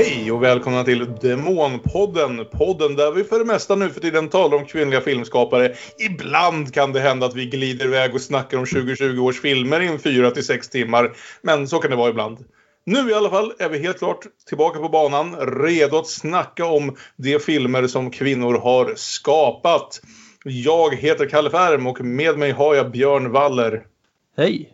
Hej och välkomna till Demonpodden. Podden där vi för det mesta nu för tiden talar om kvinnliga filmskapare. Ibland kan det hända att vi glider iväg och snackar om 2020 års filmer i 4-6 timmar. Men så kan det vara ibland. Nu i alla fall är vi helt klart tillbaka på banan. Redo att snacka om de filmer som kvinnor har skapat. Jag heter Kalle Färm och med mig har jag Björn Waller. Hej.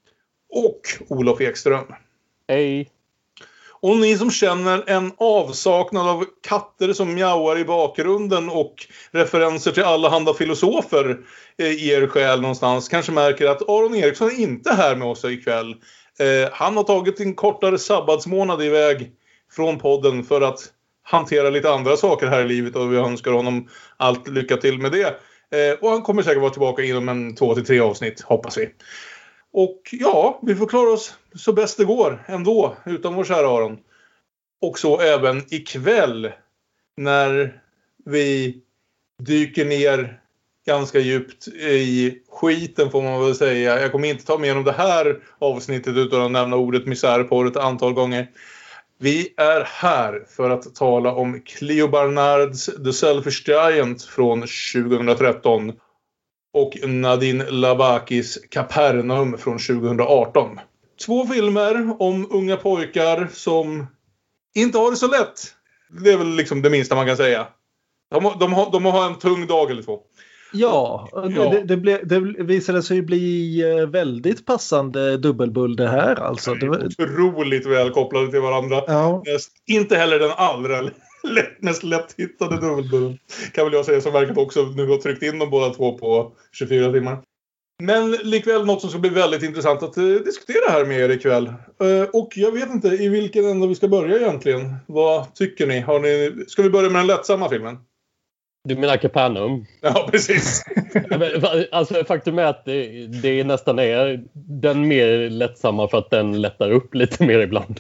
Och Olof Ekström. Hej. Och ni som känner en avsaknad av katter som mjauar i bakgrunden och referenser till allehanda filosofer i er själ någonstans kanske märker att Aron Eriksson är inte här med oss ikväll. Han har tagit en kortare sabbatsmånad iväg från podden för att hantera lite andra saker här i livet och vi önskar honom allt lycka till med det. Och han kommer säkert vara tillbaka inom 2-3 avsnitt, hoppas vi. Och ja, vi får klara oss så bäst det går ändå, utan vår kära Aron. Och så även ikväll när vi dyker ner ganska djupt i skiten får man väl säga. Jag kommer inte ta med om det här avsnittet utan att nämna ordet misärporr ett antal gånger. Vi är här för att tala om Cleo Barnards The Selfish Giant från 2013 och Nadine Labakis Kapernaum från 2018. 2 filmer om unga pojkar som inte har det så lätt. Det är väl liksom det minsta man kan säga. De har en tung dag eller 2. Ja, det visade sig bli väldigt passande dubbelbull det här. Alltså. Det var otroligt väl kopplade till varandra. Ja. Inte heller den allra mest lätthittade dubbelbullen. Kan väl jag säga som verkar också nu har tryckt in dem båda 2 på 24 timmar. Men likväl något som ska bli väldigt intressant att diskutera här med er ikväll. Och jag vet inte i vilken ända vi ska börja egentligen. Vad tycker ni? Ska vi börja med den lättsamma filmen? Du menar Kapernaum? Ja, precis. Alltså faktum är att det nästan är den mer lättsamma för att den lättar upp lite mer ibland.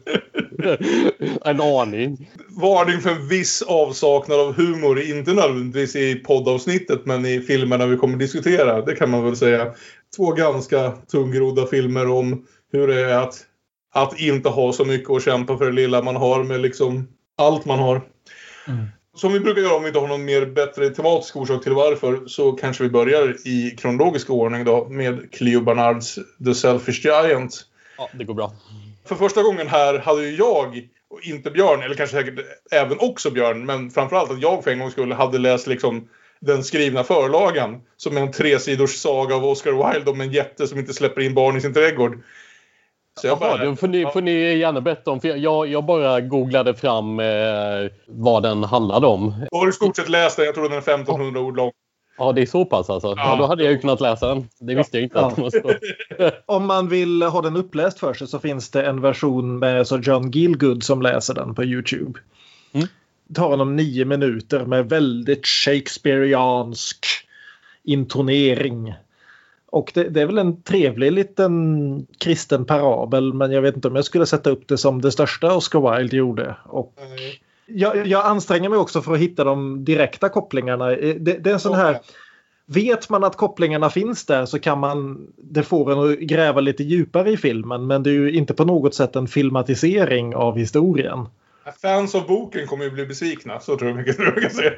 En aning. Varning för en viss avsaknad av humor, inte nödvändigtvis i poddavsnittet men i filmerna vi kommer diskutera. Det kan man väl säga. 2 ganska tungrodda filmer om hur det är att inte ha så mycket att kämpa för det lilla man har med liksom allt man har. Mm. Som vi brukar göra om vi inte har någon mer bättre tematisk orsak till varför så kanske vi börjar i kronologisk ordning då med Cleo Barnards The Selfish Giant. Ja, det går bra. För första gången här hade ju jag, och inte Björn, eller kanske säkert även också Björn, men framförallt att jag för en gång skulle hade läst liksom den skrivna förlagan som är en 3-sidors saga av Oscar Wilde om en jätte som inte släpper in barn i sin trädgård. Så jag bara, då får ni gärna berätta om, för jag bara googlade fram vad den handlade om. Jag har i stort sett läst den, jag tror den är 1500 ord lång. Ja, det är så pass alltså. Ja, då hade jag ju kunnat läsa den. Det visste jag inte att man stod. Om man vill ha den uppläst för sig så finns det en version med så John Gielgud som läser den på YouTube. Det tar honom 9 minuter med väldigt shakespeariansk intonering. Och det är väl en trevlig liten kristen parabel, men jag vet inte om jag skulle sätta upp det som det största Oscar Wilde gjorde. Och jag anstränger mig också för att hitta de direkta kopplingarna. Det är en sån här, vet man att kopplingarna finns där så kan det får en att gräva lite djupare i filmen, men det är ju inte på något sätt en filmatisering av historien. Fans av boken kommer ju bli besvikna, så tror jag mycket du kan säga.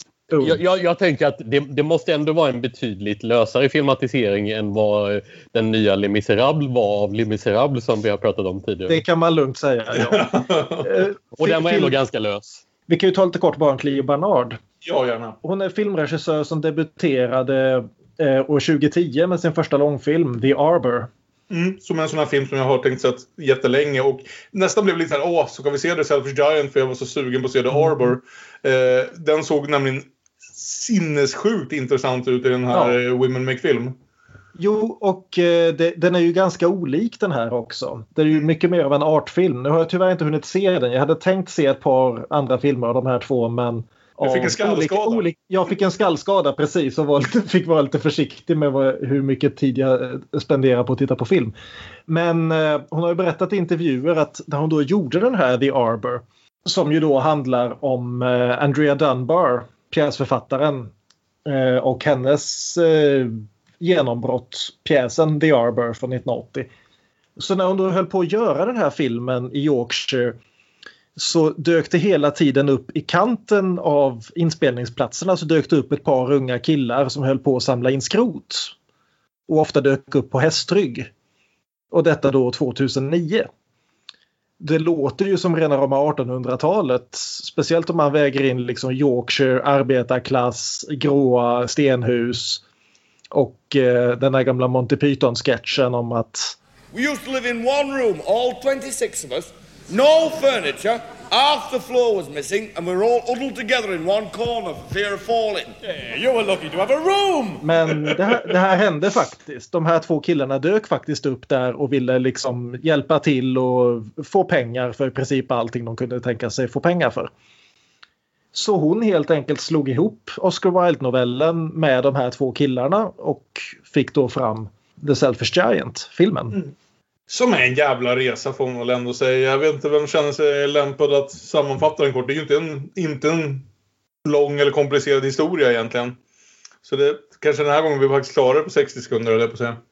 Jag tänker att det måste ändå vara en betydligt lösare filmatisering än vad den nya Les Misérables var av Les Misérables som vi har pratat om tidigare. Det kan man lugnt säga, ja. Och den var ändå ganska lös. Vi kan ju ta lite kort bara om Cleo Barnard. Ja, gärna. Hon är filmregissör som debuterade år 2010 med sin första långfilm, The Arbor. Som en sån här film som jag har tänkt sett jättelänge och nästan blev lite så här, så kan vi se The Selfish Giant för jag var så sugen på att se The Arbor. Den såg nämligen sinnessjukt intressant ut i den här Women Make Film. Jo, och den är ju ganska olik den här också. Det är ju mycket mer av en artfilm. Nu har jag tyvärr inte hunnit se den. Jag hade tänkt se ett par andra filmer av de här 2, men jag fick en skallskada. Jag fick en skallskada, precis. Och fick vara lite försiktig med hur mycket tid jag spenderar på att titta på film. Men hon har ju berättat i intervjuer att när hon då gjorde den här The Arbor, som ju då handlar om Andrea Dunbar, pjäsförfattaren, och hennes genombrott, pjäsen The Arbor från 1980. Så när hon då höll på att göra den här filmen i Yorkshire så dök det hela tiden upp i kanten av inspelningsplatserna, så dök det upp ett par unga killar som höll på att samla in skrot. Och ofta dök upp på hästrygg. Och detta då 2009. Det låter ju som rena rama 1800-talet. Speciellt om man väger in liksom Yorkshire, arbetarklass, gråa stenhus och den där gamla Monty Python-sketchen om att we used to live in one room, all 26 of us, no furniture, half the floor was missing and we were all huddled together in one corner for fear of falling. Yeah, you were lucky to have a room! Men det här hände faktiskt. De här två killarna dök faktiskt upp där och ville liksom hjälpa till och få pengar för i princip allting de kunde tänka sig få pengar för. Så hon helt enkelt slog ihop Oscar Wilde-novellen med de här två killarna och fick då fram The Selfish Giant-filmen. Mm. Som är en jävla resa får man väl ändå säga. Jag vet inte vem känner sig lämpad att sammanfatta den kort. Det är ju inte en lång eller komplicerad historia egentligen. Så det kanske den här gången vi faktiskt klarar på 60 sekunder eller på att säga.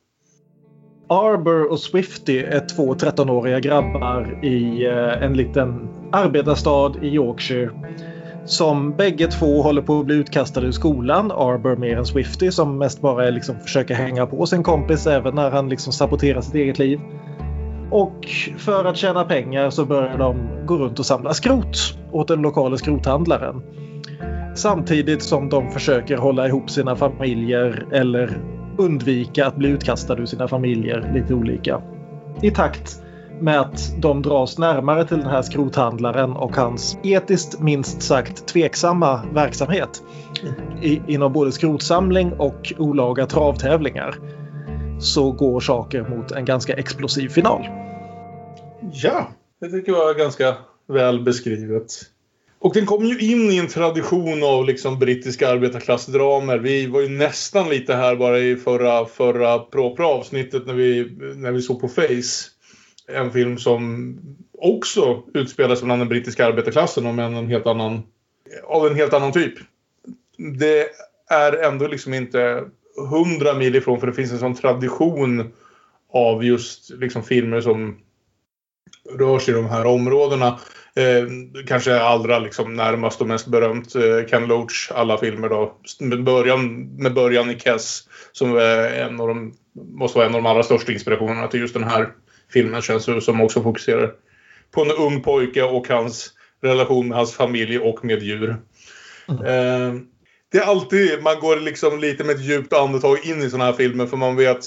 Arbor och Swifty är två 13-åriga grabbar i en liten arbetarstad i Yorkshire. Som bägge två håller på att bli utkastade ur skolan. Arbor mer än Swifty som mest bara liksom försöker hänga på sin kompis även när han liksom saboterar sitt eget liv. Och för att tjäna pengar så börjar de gå runt och samla skrot åt den lokala skrothandlaren. Samtidigt som de försöker hålla ihop sina familjer eller undvika att bli utkastade ur sina familjer lite olika. I takt med att de dras närmare till den här skrothandlaren och hans etiskt minst sagt tveksamma verksamhet inom både skrotsamling och olaga travtävlingar, så går saker mot en ganska explosiv final. Ja, det tycker jag var ganska väl beskrivet. Och den kom ju in i en tradition av liksom brittiska arbetarklassdramer. Vi var ju nästan lite här bara i förra avsnittet när vi såg på Face. En film som också utspelas bland den brittiska arbetarklassen om en helt annan typ. Det är ändå liksom inte 100 mil ifrån, för det finns en sån tradition av just liksom filmer som rör sig i de här områdena. Kanske allra liksom närmast och mest berömt Ken Loach alla filmer då. Med början i Kess som är måste vara en av de allra största inspirationerna till just den här filmen, känns det som också fokuserar på en ung pojke och hans relation med hans familj och med djur. Det är alltid, man går liksom lite med ett djupt andetag in i såna här filmer, för man vet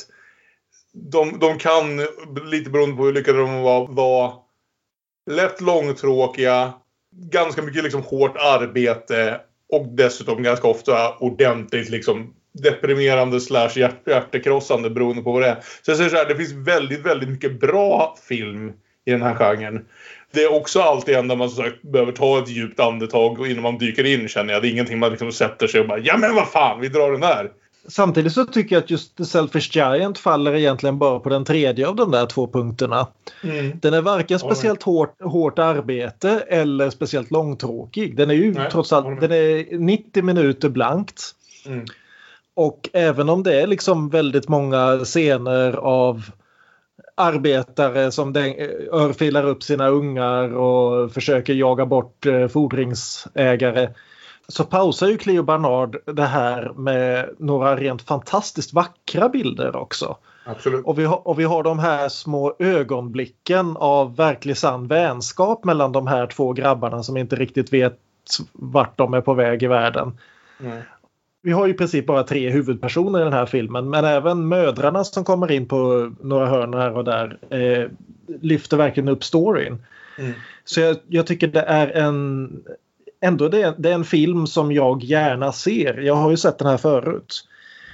de kan, lite beroende på hur lyckade de var lätt långtråkiga, ganska mycket liksom hårt arbete och dessutom ganska ofta ordentligt liksom deprimerande / hjärtekrossande beroende på vad det är. Så jag säger så här, det finns väldigt, väldigt mycket bra film i den här genren. Det är också alltid en där man så sagt behöver ta ett djupt andetag och innan man dyker in, känner jag. Det är ingenting man liksom sätter sig och bara, ja men vad fan, vi drar den där. Samtidigt så tycker jag att just The Selfish Giant faller egentligen bara på den tredje av de där två punkterna. Den är varken speciellt hårt arbete eller speciellt långtråkig. Den är ju trots allt, den är 90 minuter blankt. Och även om det är liksom väldigt många scener av arbetare som örfilar upp sina ungar och försöker jaga bort fordringsägare, så pausar ju Cleo Barnard det här med några rent fantastiskt vackra bilder också. Absolut. Och vi har de här små ögonblicken av verklig sann vänskap mellan de här två grabbarna som inte riktigt vet vart de är på väg i världen. Vi har ju i princip bara 3 huvudpersoner i den här filmen, men även mödrarna som kommer in på några hörn här och där lyfter verkligen upp storyn. Så jag tycker det är det är en film som jag gärna ser. Jag har ju sett den här förut.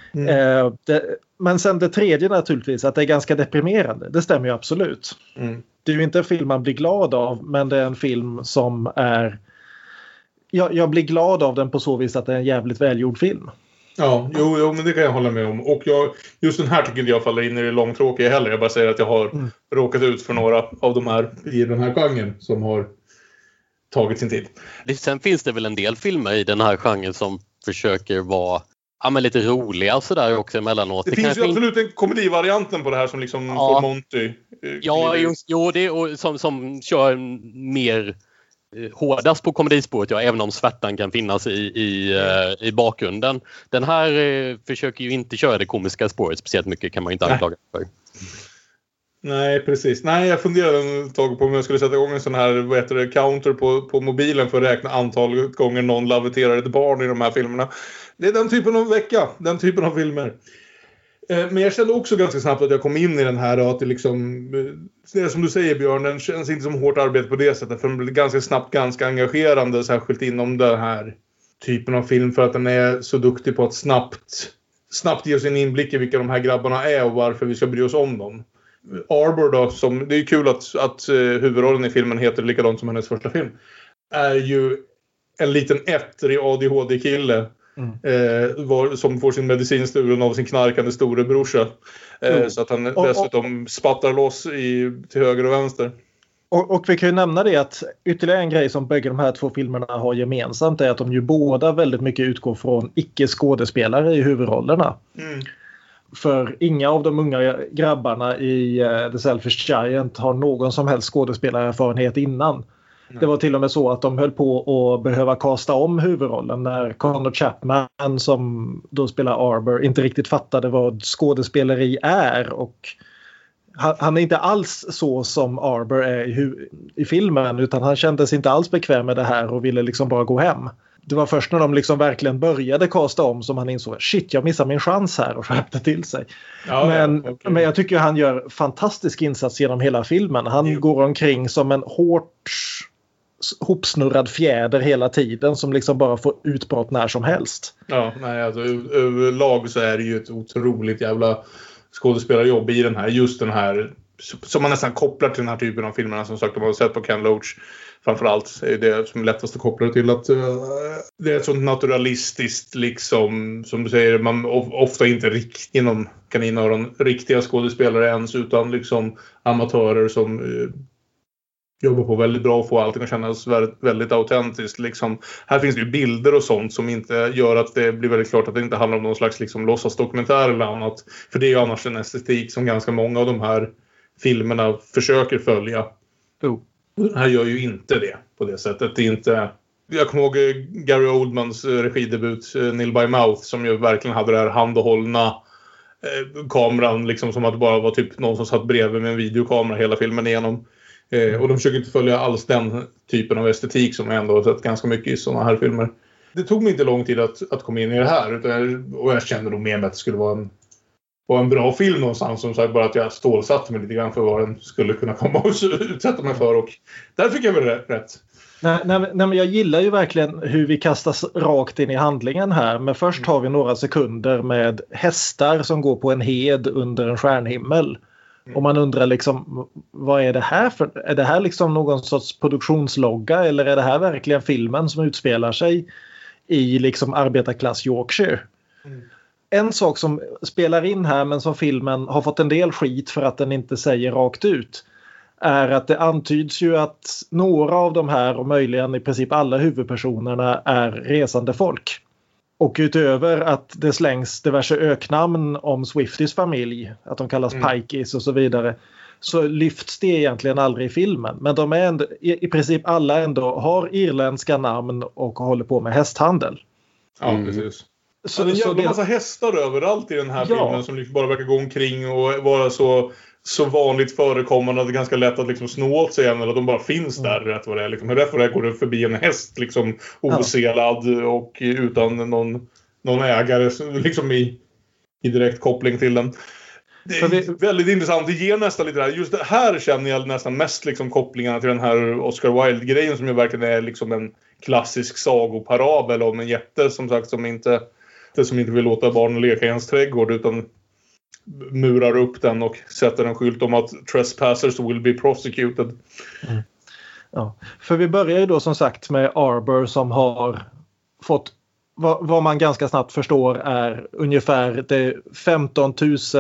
Men sen det tredje naturligtvis, att det är ganska deprimerande. Det stämmer ju absolut. Det är ju inte en film man blir glad av, men det är en film som är... Jag blir glad av den på så vis att det är en jävligt välgjord film. Ja, jo, men det kan jag hålla med om. Och just den här tycker inte jag faller in i det långtråkiga heller. Jag bara säger att jag har råkat ut för några av de här i den här genren som har tagit sin tid. Sen finns det väl en del filmer i den här genren som försöker vara lite roliga och sådär också emellanåt. Det finns ju absolut en komedivarianten på det här som liksom får Monty. Ja, det och som kör mer hårdast på komedispåret, även om svärtan kan finnas i bakgrunden. Den här försöker ju inte köra det komiska spåret speciellt mycket, kan man ju inte anklaga för. Nej, precis. Nej, jag funderade ett tag på om jag skulle sätta igång en sån här counter på mobilen för att räkna antal gånger någon laviterar ett barn i de här filmerna. Det är den typen av vecka, den typen av filmer. Men jag kände också ganska snabbt att jag kom in i den här och att det liksom, det är som du säger Björn, den känns inte som hårt arbete på det sättet, för den blir ganska snabbt ganska engagerande, särskilt inom den här typen av film, för att den är så duktig på att snabbt ge oss en inblick i vilka de här grabbarna är och varför vi ska bry oss om dem. Arbor då, det är ju kul att huvudrollen i filmen heter likadant som hennes första film, är ju en liten ettrig ADHD-kille som får sin medicin stulen av sin knarkande storebrorsa. Så att han dessutom spattar loss till höger och vänster. Och vi kan ju nämna det att ytterligare en grej som bägge de här två filmerna har gemensamt är att de ju båda väldigt mycket utgår från icke-skådespelare i huvudrollerna. För inga av de unga grabbarna i The Selfish Giant har någon som helst skådespelarerfarenhet innan. Det var till och med så att de höll på att behöva kasta om huvudrollen när Connor Chapman, som då spelar Arbor, inte riktigt fattade vad skådespeleri är, och han är inte alls så som Arbor är i filmen, utan han kände sig inte alls bekväm med det här och ville liksom bara gå hem. Det var först när de liksom verkligen började kasta om som han insåg, shit, jag missar min chans här, och skärpte till sig. Men jag tycker han gör fantastisk insats genom hela filmen. Han går omkring som en hårt hopsnurrad fjäder hela tiden som liksom bara får utbrott när som helst. Ja, nej, alltså överlag så är det ju ett otroligt jävla skådespelarjobb i just den här som man nästan kopplar till den här typen av filmerna, som sagt, de har sett på Ken Loach framförallt, är det som är lättast att koppla till att det är ett sånt naturalistiskt liksom, som du säger, man ofta inte inom kaninöron riktiga skådespelare ens, utan liksom amatörer som jobbar på väldigt bra och få allting att kännas väldigt autentiskt. Liksom. Här finns det ju bilder och sånt som inte gör att det blir väldigt klart att det inte handlar om någon slags liksom låtsasdokumentär eller annat. För det är ju annars en estetik som ganska många av de här filmerna försöker följa. Den här gör ju inte det på det sättet. Det är inte... Jag kommer ihåg Gary Oldmans regidebut Nil by Mouth, som ju verkligen hade det här hand och hållna kameran liksom, som att det bara var typ någon som satt bredvid med en videokamera hela filmen igenom. Och de försöker inte följa alls den typen av estetik som jag ändå har sett ganska mycket i sådana här filmer. Det tog mig inte lång tid att komma in i det här, och jag kände nog med mig att det skulle vara en bra film någonstans, som sagt, bara att jag stålsatte mig lite grann för vad den skulle kunna komma och utsätta mig för, och där fick jag väl rätt. Nej, men jag gillar ju verkligen hur vi kastas rakt in i handlingen här, men först har vi några sekunder med hästar som går på en hed under en stjärnhimmel. Och man undrar liksom, vad är det här för? Är det här liksom någon sorts produktionslogga, eller är det här verkligen filmen som utspelar sig i liksom arbetarklass Yorkshire? En sak som spelar in här, men som filmen har fått en del skit för att den inte säger rakt ut, är att det antyds ju att några av de här, och möjligen i princip alla huvudpersonerna, är resande folk. Och utöver att det slängs diverse öknamn om Swifties familj, att de kallas Pikeys och så vidare, så lyfts det egentligen aldrig i filmen. Men de är ändå, i princip alla ändå har irländska namn och håller på med hästhandel. Ja, precis. Så det är en massa hästar överallt i den här filmen som liksom bara verkar gå omkring och vara så vanligt förekommande att det är ganska lätt att liksom snå åt sig, eller att de bara finns där rätt vad det är. Liksom. Hur därför går det förbi en häst liksom oselad och utan någon ägare liksom i direkt koppling till den. Det är väldigt intressant. Det ger nästan lite där. Just det här känner jag nästan mest liksom kopplingarna till den här Oscar Wilde-grejen, som ju verkligen är liksom en klassisk sagoparabel om en jätte, som sagt, som inte vill låta barnen leka i hans trädgård, utan murar upp den och sätter en skylt om att trespassers will be prosecuted. Ja, för vi börjar ju då som sagt med Arbor, som har fått vad man ganska snabbt förstår är ungefär det 15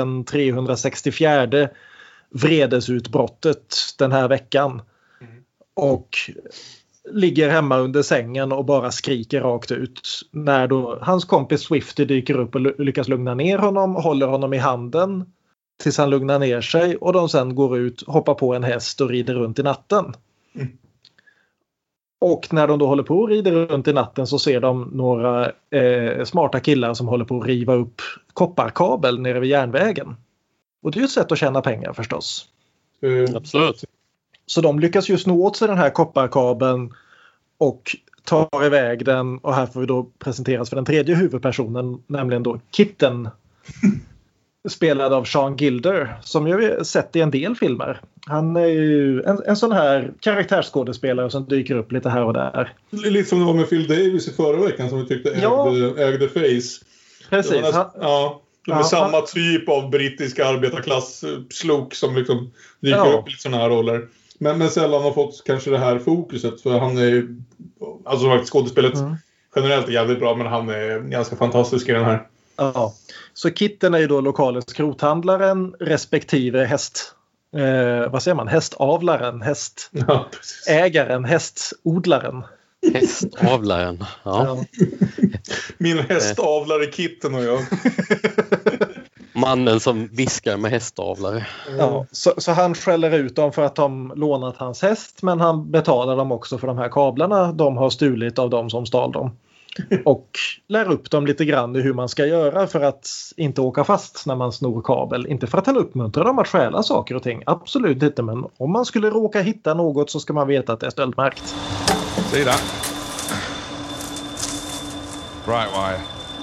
364 vredesutbrottet den här veckan. Och ligger hemma under sängen och bara skriker rakt ut. När då hans kompis Swifty dyker upp och lyckas lugna ner honom, håller honom i handen tills han lugnar ner sig, och de sen går ut, hoppar på en häst och rider runt i natten. Och när de då håller på och rider runt i natten så ser de några smarta killar som håller på att riva upp kopparkabel nere vid järnvägen. Och det är ju ett sätt att tjäna pengar förstås. Absolut. Så de lyckas ju sno åt sig den här kopparkabeln och tar iväg den. Och här får vi då presenteras för den tredje huvudpersonen, nämligen då Kitten. Spelad av Sean Gilder, som jag har sett i en del filmer. Han är ju en sån här karaktärsskådespelare som dyker upp lite här och där. Lite som det var med Phil Davis i förra veckan som vi tyckte ägde Face. Precis. Det var samma typ av brittisk arbetarklass-slok som liksom dyker upp i såna här roller. Men sällan har fått kanske det här fokuset, för han är alltså faktiskt skådespelet generellt är jävligt bra, men han är ganska fantastisk i den här. Ja, så Kitten är ju då lokalens skrothandlaren respektive hästavlaren, hästägaren, hästodlaren. Hästavlaren, ja. Min hästavlare Kitten och jag. Mannen som viskar med hästavlare. Ja, så han skäller ut dem för att de lånat hans häst, men han betalar dem också för de här kablarna de har stulit av dem som stal dem. Och lär upp dem lite grann i hur man ska göra för att inte åka fast när man snor kabel. Inte för att han uppmuntrar dem att stjäla saker och ting. Absolut inte, men om man skulle råka hitta något så ska man veta att det är stöldmärkt. See that? Bright wire.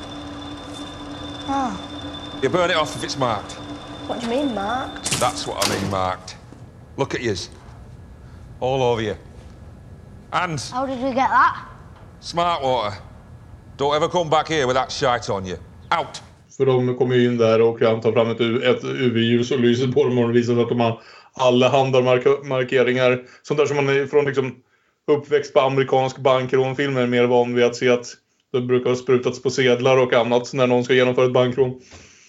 Oh. You burn it off if it's marked. What do you mean, marked? That's what I mean, marked. Look at yous. All over you. Hands. How did we get that? Smart water. Don't ever come back here with that shite on you. Out! För de kommer ju in där och kan ta fram ett UV-ljus och lyser på dem och visar att de har alla markeringar. Sånt där som man är från liksom uppväxt på amerikansk bankrånfilm är mer van vid att se att det brukar ha sprutats på sedlar och annat när någon ska genomföra ett bankrån.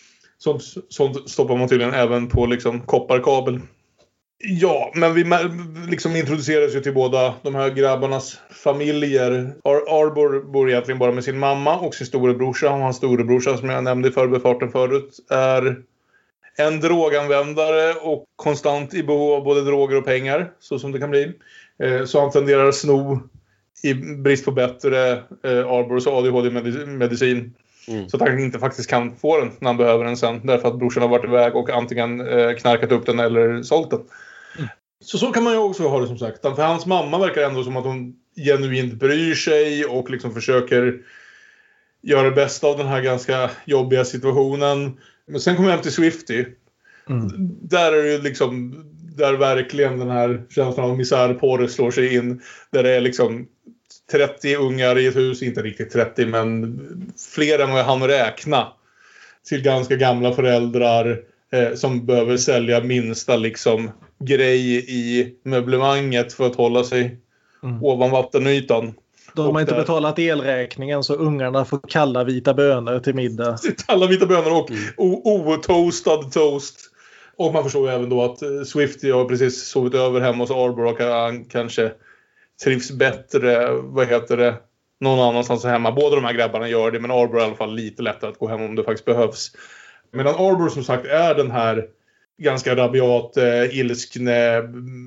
Sånt stoppar man tydligen även på liksom kopparkabel. Ja, men vi liksom introduceras ju till båda de här grabbarnas familjer. Arbor bor egentligen bara med sin mamma och sin storebrorsa. Och hans storebrorsa, som jag nämnde i förbifarten förut, är en droganvändare och konstant i behov av både droger och pengar, så som det kan bli. Så han tenderar att sno i brist på bättre Arbors ADHD-medicin. Så att han inte faktiskt kan få den när han behöver den sen. Därför att brorsan har varit iväg och antingen knarkat upp den eller sålt den. Så kan man ju också ha det, som sagt. För hans mamma verkar ändå som att hon genuint bryr sig och liksom försöker göra det bästa av den här ganska jobbiga situationen. Men sen kommer jag hem till Swifty. Där är det liksom, där verkligen den här känslan av misärporr slår sig in. Där det är liksom 30 ungar i ett hus, inte riktigt 30 men fler än vad han räkna, till ganska gamla föräldrar som behöver sälja minsta liksom grej i möblemanget för att hålla sig ovan vattenytan. De har inte betalat elräkningen, så ungarna får kalla vita bönor till middag. Kalla vita bönor och otoastad toast. Och man förstår ju även då att Swifty har precis sovit över hemma hos Arbor och han kanske trivs bättre, någon annanstans hemma. Båda de här grabbarna gör det, men Arbor är i alla fall lite lättare att gå hem om det faktiskt behövs. Medan Arbor, som sagt, är den här ganska rabiat, ilskne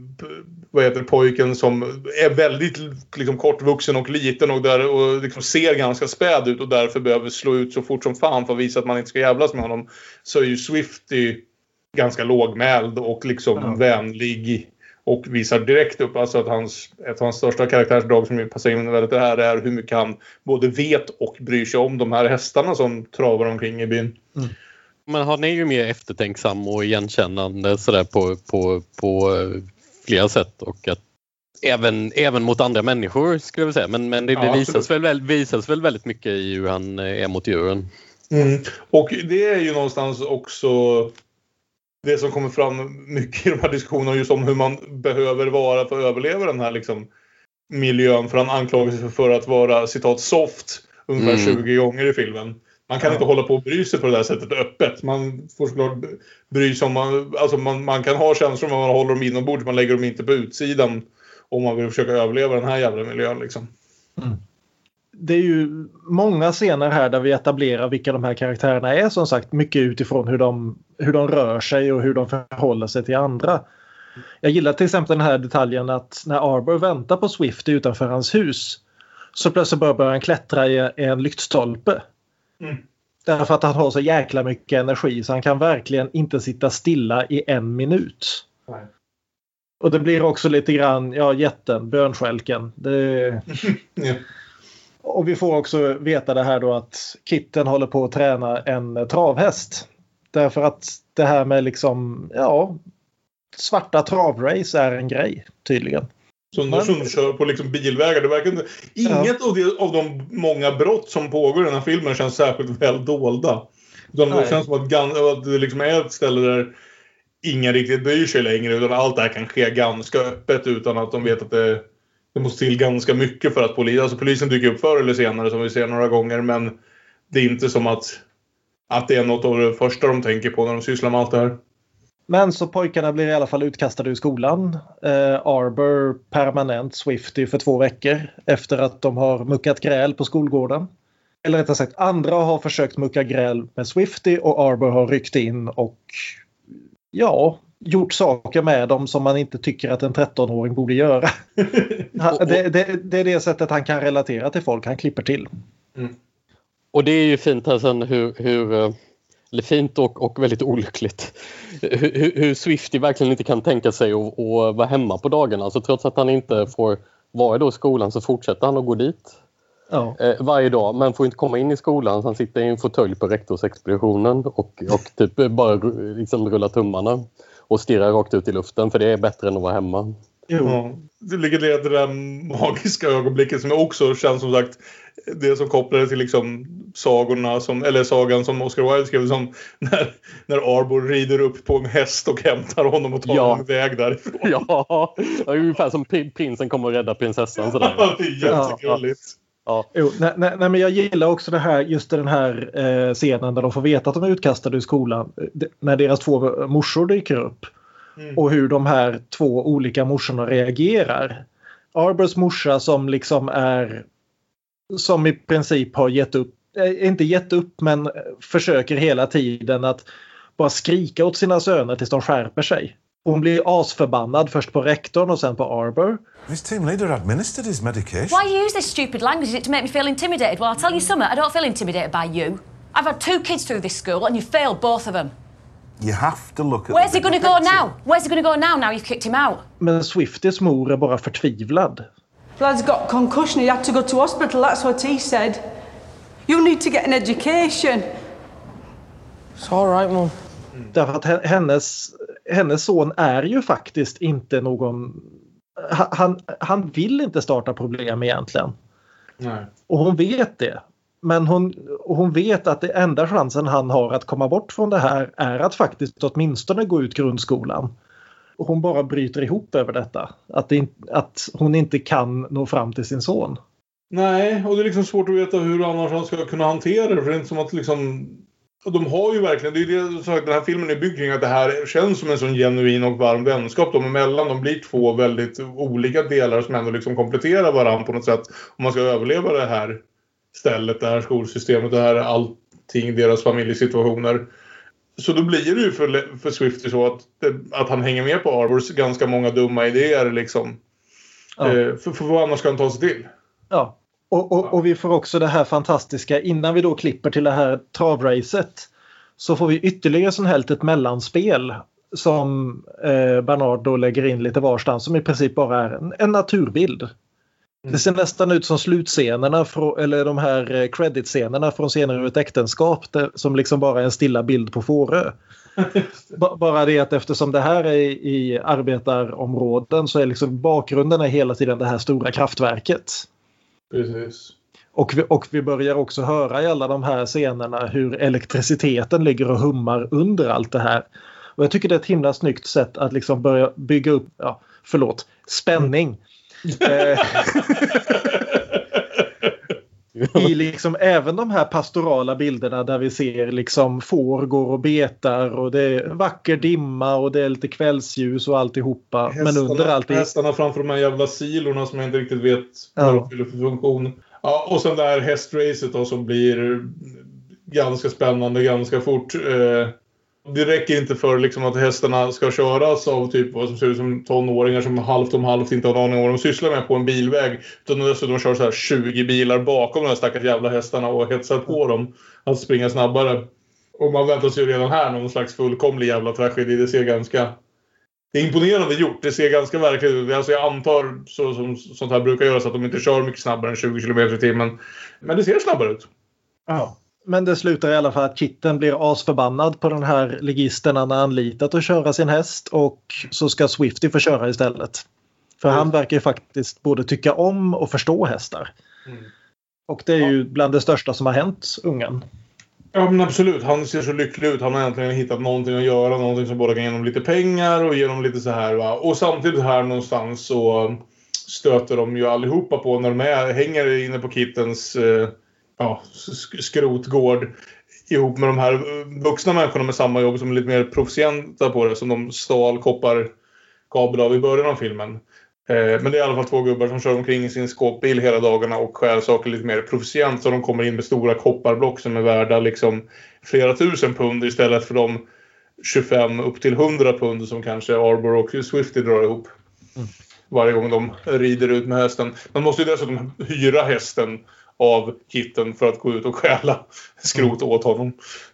pojken som är väldigt liksom kortvuxen och liten och liksom ser ganska späd ut och därför behöver slå ut så fort som fan för att visa att man inte ska jävlas med honom. Så är ju Swifty ganska lågmäld och liksom vänlig och visar direkt upp alltså att ett av hans största karaktärsdrag som passar in väldigt det här är hur mycket han både vet och bryr sig om de här hästarna som travar omkring i byn. Men han är ju mer eftertänksam och igenkännande sådär på flera sätt, och att även mot andra människor skulle jag säga, men det visas väl väldigt mycket i hur han är mot djuren. Och det är ju någonstans också det som kommer fram mycket i de här diskussionerna, just om hur man behöver vara för att överleva den här liksom miljön, för han anklagar sig för att vara citat soft ungefär 20 gånger i filmen. Man kan inte hålla på och bry sig på det där sättet öppet. Man får såklart bry sig om man kan ha känslor om man håller dem inombords. Man lägger dem inte på utsidan om man vill försöka överleva den här jävla miljön liksom. Det är ju många scener här där vi etablerar vilka de här karaktärerna är, som sagt, mycket utifrån hur de rör sig och hur de förhåller sig till andra. Jag gillar till exempel den här detaljen att när Arbor väntar på Swifty utanför hans hus så plötsligt börjar han klättra i en lyktstolpe. Därför att han har så jäkla mycket energi så han kan verkligen inte sitta stilla i 1 minut. Nej. Och det blir också lite grann, jätten, bönskälken. Ja. Och vi får också veta det här då att Kitten håller på att träna en travhäst. Därför att det här med liksom, svarta travrace är en grej tydligen. Som kör på liksom bilvägar. Det verkar inte, inget av de många brott som pågår i den här filmen känns särskilt väl dolda. Det känns som att det liksom är ett ställe där ingen riktigt bryr sig längre. Utan allt det här kan ske ganska öppet utan att de vet att det måste till ganska mycket för att polisen dyker upp förr eller senare som vi ser några gånger. Men det är inte som att det är något av det första de tänker på när de sysslar med allt det här. Men så pojkarna blir i alla fall utkastade ur skolan. Arbor permanent Swifty för 2 veckor efter att de har muckat gräl på skolgården. Eller rättare sagt, andra har försökt mucka gräl med Swifty och Arbor har ryckt in och gjort saker med dem som man inte tycker att en 13-åring borde göra. Det är det sättet han kan relatera till folk. Han klipper till. Och det är ju fint här sen eller fint och väldigt olyckligt. Hur Swifty verkligen inte kan tänka sig att vara hemma på dagarna. Alltså trots att han inte får vara då i skolan så fortsätter han att gå dit varje dag. Men får inte komma in i skolan så han sitter i en fåtölj på rektorsexpeditionen och typ bara liksom rulla tummarna och stirrar rakt ut i luften för det är bättre än att vara hemma. Jo. Det ligger det där magiska ögonblicket som också känns som sagt det som kopplade till liksom sagan som Oscar Wilde skrev som när Arbor rider upp på en häst och hämtar honom och tar honom iväg därifrån. Ja, det är ungefär som prinsen kommer att rädda prinsessan sådär. Det är jättegulligt. Ja. Jo, nej, men jag gillar också det här, just den här scenen där de får veta att de är utkastade ur skolan när deras 2 morsor dyker upp. Och hur de här 2 olika morsorna reagerar. Arbors morsa som liksom som i princip har inte gett upp men försöker hela tiden att bara skrika åt sina söner tills de skärper sig. Hon blir asförbannad först på rektorn och sen på Arbor. His team leader administered his medication. Why use this stupid language? Is it to make me feel intimidated? Well, I'll tell you something. I don't feel intimidated by you. I've had 2 kids through this school and you failed both of them. You have to look at. Where's he going to go now? Where's he going to go now you've kicked him out? Men Swiftys mor är bara förtvivlad. Lad's got concussion. He had to go to hospital. That's what he said. You need to get an education. It's all right, Mum. Därför att hennes son är ju faktiskt inte någon... Han vill inte starta problem egentligen. Nej. Och hon vet det. Men hon vet att det enda chansen han har att komma bort från det här är att faktiskt åtminstone gå ut grundskolan. Och hon bara bryter ihop över detta. Att hon inte kan nå fram till sin son. Nej, och det är liksom svårt att veta hur annars han ska kunna hantera det. För det är inte som att liksom... Och de har ju verkligen, det är det så att den här filmen är byggd kring att det här känns som en sån genuin och varm vänskap de emellan. De blir 2 väldigt olika delar som ändå liksom kompletterar varandra på något sätt. Om man ska överleva det här stället, det här skolsystemet, det här allting, deras familjesituationer. Så då blir det ju för Swifty så att han hänger med på Arbors ganska många dumma idéer liksom. Ja. För vad annars ska han ta sig till? Ja. Och vi får också det här fantastiska, innan vi då klipper till det här travracet så får vi ytterligare sån här ett mellanspel som Bernard då lägger in lite varstans som i princip bara är en naturbild. Det ser nästan ut som slutscenerna eller de här creditscenerna från scener ur ett äktenskap som liksom bara är en stilla bild på Fårö. Bara det att eftersom det här är i arbetarområden så är liksom bakgrunden är hela tiden det här stora kraftverket. Precis. Och vi börjar också höra i alla de här scenerna hur elektriciteten ligger och hummar under allt det här. Och jag tycker det är ett himla snyggt sätt att liksom börja bygga upp, spänning. I liksom även de här pastorala bilderna där vi ser liksom får går och betar och det är vacker dimma och det är lite kvällsljus och alltihopa. Men under allt hästarna framför de här jävla silorna som jag inte riktigt vet vad de fyller för funktion. Ja, och sen det här hästracet då som blir ganska spännande ganska fort. Det räcker inte för liksom att hästarna ska köras av typ vad som ser ut som tonåringar som halvt om halvt inte har någon aning om vad de sysslar med på en bilväg. Utan dessutom kör så här 20 bilar bakom de här stackars jävla hästarna och hetsar på dem att springa snabbare. Och man väntar sig ju redan här någon slags fullkomlig jävla tragedi. Det ser ganska... Det är imponerande gjort. Det ser ganska verkligt ut. Alltså jag antar så som sånt här brukar göra så att de inte kör mycket snabbare än 20 km i timmen. Men det ser snabbare ut. Ja. Men det slutar i alla fall att Kitten blir asförbannad på den här legisten han har anlitat att köra sin häst. Och så ska Swifty få köra istället. För han verkar ju faktiskt både tycka om och förstå hästar. Och det är ju bland det största som har hänt ungen. Ja men absolut, han ser så lycklig ut. Han har äntligen hittat någonting att göra. Någonting som både kan ge honom lite pengar och ge honom lite så här va. Och samtidigt här någonstans så stöter de ju allihopa på när de hänger inne på Kittens skrotgård. Ihop med de här vuxna människorna med samma jobb som är lite mer proficienta på det. Som de stal kopparkabel av i början av filmen. Men det är i alla fall 2 gubbar som kör omkring i sin skåpbil hela dagarna och skär saker lite mer proficient. Så de kommer in med stora kopparblock som är värda liksom flera tusen pund istället för de 25 upp till 100 pund som kanske Arbor och Swifty drar ihop. Varje gång de rider ut med hästen. Man måste ju dessutom hyra hästen av Kitten för att gå ut och stjäla skrot åt honom.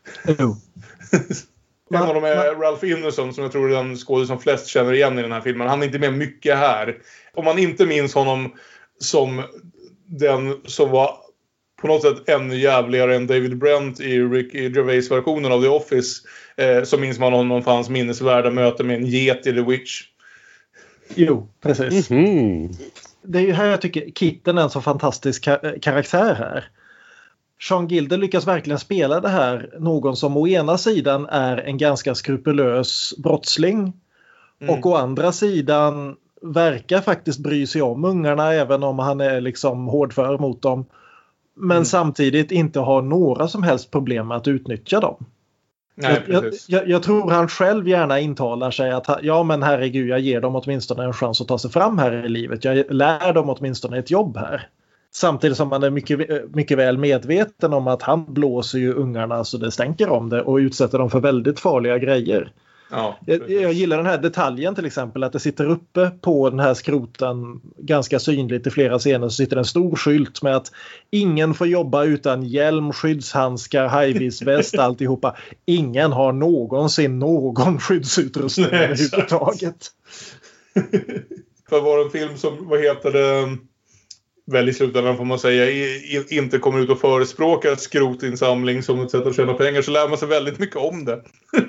En av dem är Ralph Ineson som jag tror är den skådespelare som flest känner igen i den här filmen. Han är inte med mycket här. Om man inte minns honom som den som var på något sätt ännu jävligare än David Brent i Ricky Gervais-versionen av The Office så minns man honom för hans minnesvärda möte med en get i The Witch. Jo, precis. Det är ju här jag tycker Kitten är en så fantastisk karaktär här. Sean Gilder lyckas verkligen spela det här. Någon som å ena sidan är en ganska skrupulös brottsling. Och å andra sidan verkar faktiskt bry sig om ungarna även om han är liksom hårdför mot dem. Men samtidigt inte har några som helst problem med att utnyttja dem. Nej, jag tror han själv gärna intalar sig att ja men herregud jag ger dem åtminstone en chans att ta sig fram här i livet. Jag lär dem åtminstone ett jobb här. Samtidigt som man är mycket väl medveten om att han blåser ju ungarna så det stänker om det och utsätter dem för väldigt farliga grejer. Ja, jag gillar den här detaljen till exempel att det sitter uppe på den här skroten ganska synligt i flera scener så sitter en stor skylt med att ingen får jobba utan hjälm, skyddshandskar, hajvisväst, alltihopa. Ingen har någonsin någon skyddsutrustning överhuvudtaget. För var en film som, vad heter det, väl i slutändan får man säga inte kommer ut och förespråkar skrotinsamling som ett sätt att tjäna pengar så lär man sig väldigt mycket om det.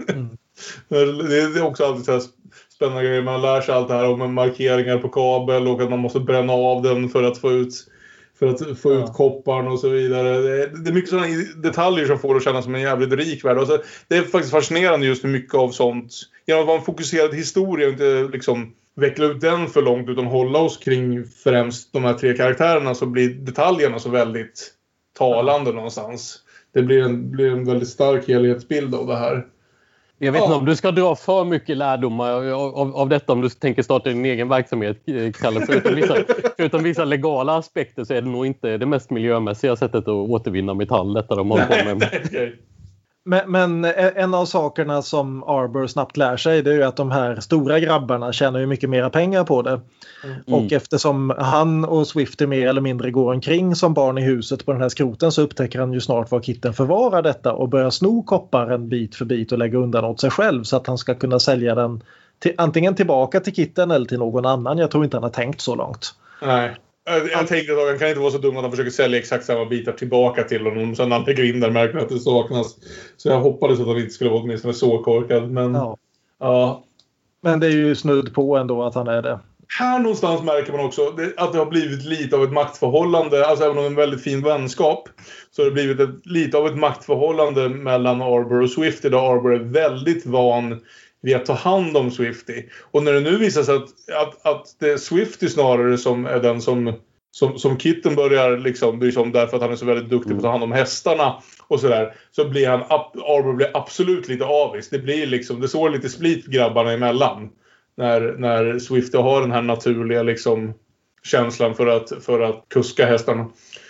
Det är också alltid så här spännande grejer. Man lär sig allt det här om markeringar på kabel och att man måste bränna av den för att få ut kopparn och så vidare. Det är mycket sådana detaljer som får det att kännas som en jävligt rik värld. Alltså, det är faktiskt fascinerande just hur mycket av sånt genom att vara en fokuserad historia och inte liksom veckla ut den för långt utan hålla oss kring främst de här 3 karaktärerna så blir detaljerna så väldigt talande någonstans. Det blir en väldigt stark helhetsbild av det här. Jag vet inte om du ska dra för mycket lärdomar av detta om du tänker starta din egen verksamhet, Kalle. Förutom vissa legala aspekter så är det nog inte det mest miljömässiga sättet att återvinna metall detta de håller på med. Men en av sakerna som Arbor snabbt lär sig det är ju att de här stora grabbarna tjänar ju mycket mera pengar på det. Och eftersom han och Swifty mer eller mindre går omkring som barn i huset på den här skroten så upptäcker han ju snart var Kitten förvarar detta och börjar sno kopparen bit för bit och lägga undan åt sig själv så att han ska kunna sälja den antingen tillbaka till Kitten eller till någon annan. Jag tror inte han har tänkt så långt. Nej. Jag tänker att han kan inte vara så dum att han försöker sälja exakt samma bitar tillbaka till honom. Sen han lägger in där märker att det saknas. Så jag hoppades att han inte skulle vara åtminstone så korkad. Men, ja. Men det är ju snudd på ändå att han är det. Här någonstans märker man också att det har blivit lite av ett maktförhållande. Alltså även om en väldigt fin vänskap. Så har det blivit lite av ett maktförhållande mellan Arbor och Swifty. Där Arbor är väldigt van vid att ta hand om Swifty. Och när det nu visar sig att det är Swifty snarare som är den som Kitten börjar liksom bry sig om därför att han är så väldigt duktig på att ta hand om hästarna och sådär. Så blir Arbor blir absolut lite avis. Det blir liksom, det står lite split grabbarna emellan. När Swifty har den här naturliga liksom känslan för att kuska hästarna.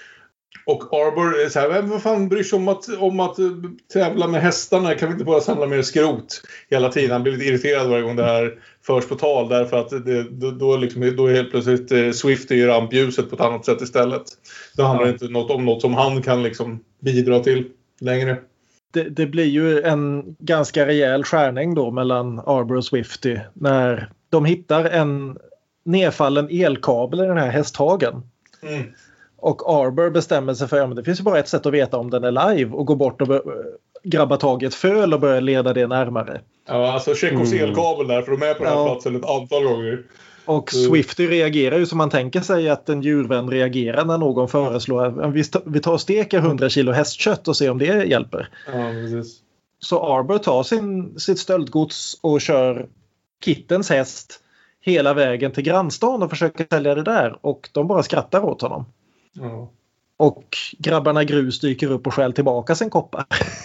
Och Arbor är så här, vad fan bryr sig om att tävla med hästarna? Kan vi inte bara samla mer skrot hela tiden? Han blir lite irriterad varje gång det här förs på tal. Därför att då är helt plötsligt Swift i rampljuset på ett annat sätt istället. Då handlar det inte om något som han kan liksom bidra till längre. Det blir ju en ganska rejäl skärning då mellan Arbor och Swifty när de hittar en nedfallen elkabel i den här hästhagen. Mm. Och Arbor bestämmer sig för att det finns ju bara ett sätt att veta om den är live och gå bort och grabba tag i ett föl och börja leda det närmare. Ja, alltså Tjechovs elkabel där, för de är på den här platsen ett antal gånger. Och Swifty reagerar ju som man tänker sig att en djurvän reagerar när någon föreslår att vi tar och steker 100 kilo hästkött och ser om det hjälper. Ja, precis. Så Arbor tar sitt stöldgods och kör Kittens häst hela vägen till grannstan och försöker sälja det där. Och de bara skrattar åt honom. Ja. Och grabbarna Grus dyker upp och skäl tillbaka sin koppar.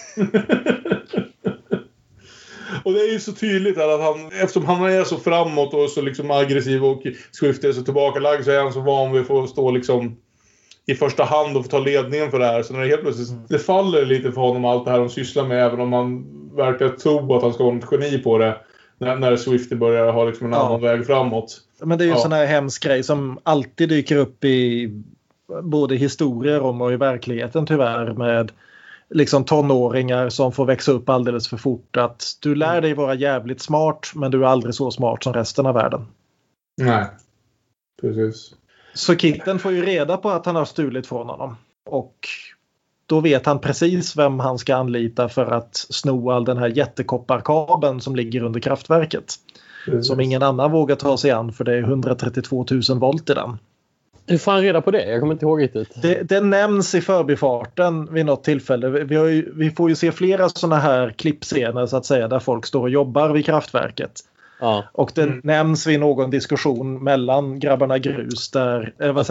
Och det är ju så tydligt att han, eftersom han är så framåt och så liksom aggressiv och Swift är så tillbakalagd, så är han så van vid att få stå liksom i första hand och få ta ledningen för det här. Så när det helt plötsligt det faller lite för honom allt det här de sysslar med, även om man verkar tro att han ska vara ett geni på det, när Swift börjar ha liksom en annan väg framåt. Men det är ju sån här hemsk grej som alltid dyker upp i både historier om och i verkligheten tyvärr, med liksom tonåringar som får växa upp alldeles för fort. Att du lär dig vara jävligt smart, men du är aldrig så smart som resten av världen. Nej, precis. Så Kitten får ju reda på att han har stulit från honom. Och då vet han precis vem han ska anlita för att sno all den här jättekopparkabeln som ligger under kraftverket. Precis. Som ingen annan vågar ta sig an, för det är 132 000 volt i den. Hur får han reda på det? Jag kommer inte ihåg riktigt. Det nämns i förbifarten vid något tillfälle. Vi får ju se flera sådana här klippscener så att säga, där folk står och jobbar vid kraftverket. Ja. Och det nämns vid någon diskussion mellan grabbarna Grus där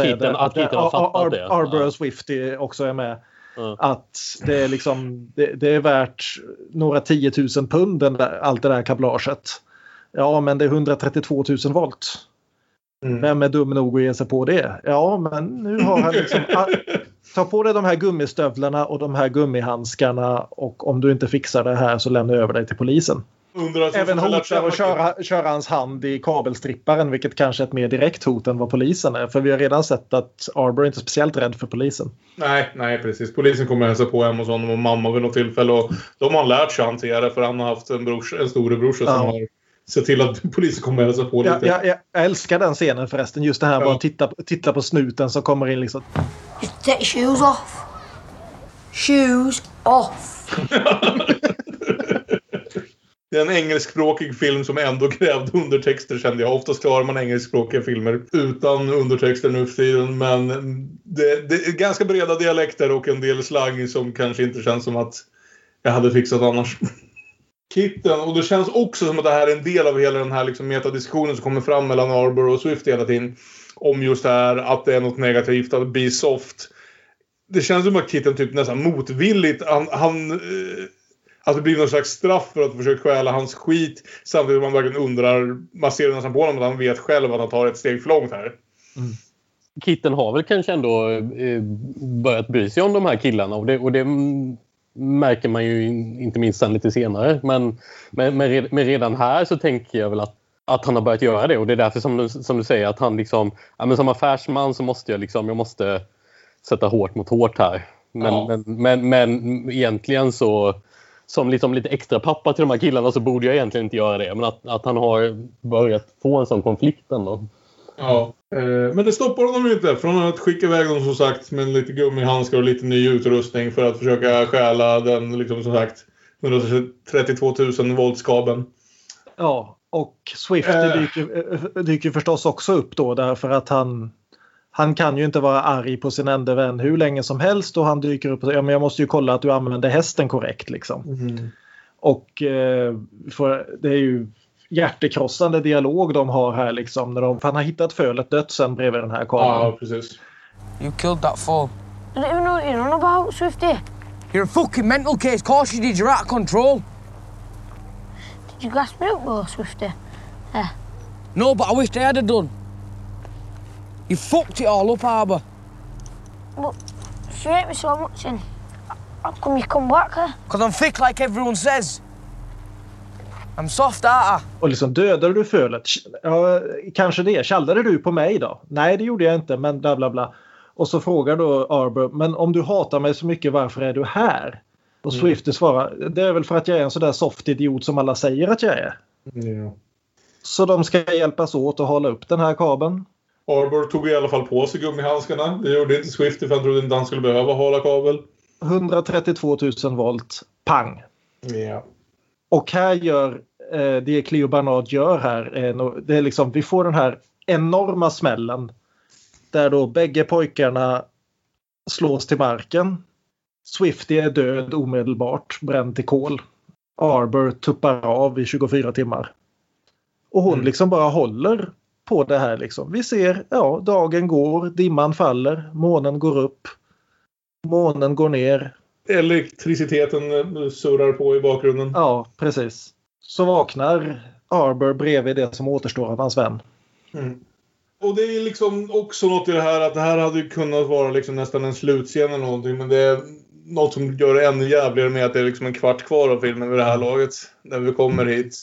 Arbor och Swifty också är med. Att det är liksom det är värt några 10 000 pund allt det där kablaget. Ja, men det är 132 000 volt. Vem är dum nog att ge sig på det? Ja, men nu har han liksom ta på dig de här gummistövlarna och de här gummihandskarna, och om du inte fixar det här så lämnar jag över dig till polisen. Även hotar att köra hans hand i kabelstripparen, vilket kanske är ett mer direkt hot än vad polisen är. För vi har redan sett att Arbor inte är speciellt rädd för polisen. Nej, precis. Polisen kommer hälsa på hem hos honom och mamma vid något tillfälle, och de har lärt sig hantera, för han har haft en storebrorsa som har sett till att polisen kommer hälsa på lite. Jag älskar den scenen förresten. Just det här bara titta på snuten som kommer in liksom. Just take your shoes off. Shoes off. Det är en engelskspråkig film som ändå krävde undertexter, kände jag. Oftast klarar man engelskspråkiga filmer utan undertexter nu för tiden, men det är ganska breda dialekter och en del slang som kanske inte känns som att jag hade fixat annars. Kitten, och det känns också som att det här är en del av hela den här liksom metadiskussionen som kommer fram mellan Arbor och Swift hela tiden, om just det här att det är något negativt, att be soft. Det känns som att Kitten typ nästan motvilligt att det blir någon slags straff för att försöka stjäla hans skit, samtidigt som man verkligen undrar, man ser nästan på honom att han vet själv att han tar ett steg för långt här. Kitten har väl kanske ändå börjat bry sig om de här killarna, och det märker man ju inte minst sen lite senare. Men redan här så tänker jag väl att han har börjat göra det. Och det är därför som du säger att han liksom, men som affärsman så måste jag måste sätta hårt mot hårt här. Men egentligen så, som liksom lite extra pappa till de här killarna, så borde jag egentligen inte göra det. Men att han har börjat få en sån konflikt ändå. Ja, men det stoppar honom inte från att skicka iväg dem, som sagt, med lite gummihandskar och lite ny utrustning för att försöka stjäla den, liksom, som sagt, 132 000 voltskabeln. Ja, och Swift dyker förstås också upp då, därför att han kan ju inte vara arg på sin enda vän hur länge som helst, och han dyker upp och säger, men jag måste ju kolla att du använder hästen korrekt liksom. Och för det är ju hjärtekrossande dialog de har här liksom, när han har hittat fölet dött sen bredvid den här kameran. Ja, precis. You killed that fool. I don't even know what you're on about, Swifty. You're a fucking mental case. Course you did. You're out of control. Did you gas me up though, Swifty? Yeah. No, but I wished I had done. You fucked it all up, Arbor. But you hate me so much and how come you come back here? Because I'm thick like everyone says. I'm soft, aren't I? Och liksom, dödade du fölet? Ja, kanske det. Kallade du på mig då? Nej, det gjorde jag inte, men bla bla bla. Och så frågar då Arbor, men om du hatar mig så mycket, varför är du här? Och Swifty svarar, det är väl för att jag är en sån där soft idiot som alla säger att jag är. Så de ska hjälpas åt att hålla upp den här kabeln. Arbor tog i alla fall på sig gummihandskarna. Det gjorde inte Swifty för han trodde inte han skulle behöva hålla kabel. 132 000 volt, pang. Ja. Och här gör det Cleo Barnard gör här, det är liksom, vi får den här enorma smällen där då bägge pojkarna slås till marken. Swifty är död omedelbart, bränd till kol. Arbor tuppar av i 24 timmar. Och hon liksom bara håller på det här liksom. Vi ser, ja, dagen går, dimman faller, månen går upp, månen går ner. Elektriciteten surrar på i bakgrunden. Ja, precis. Så vaknar Arbor bredvid det som återstår av hans vän. Och det är liksom också något i det här att det här hade ju kunnat vara liksom nästan en slutscen eller någonting, men det är något som gör det ännu jävligare med att det är liksom en kvart kvar av filmen vid det här laget när vi kommer hit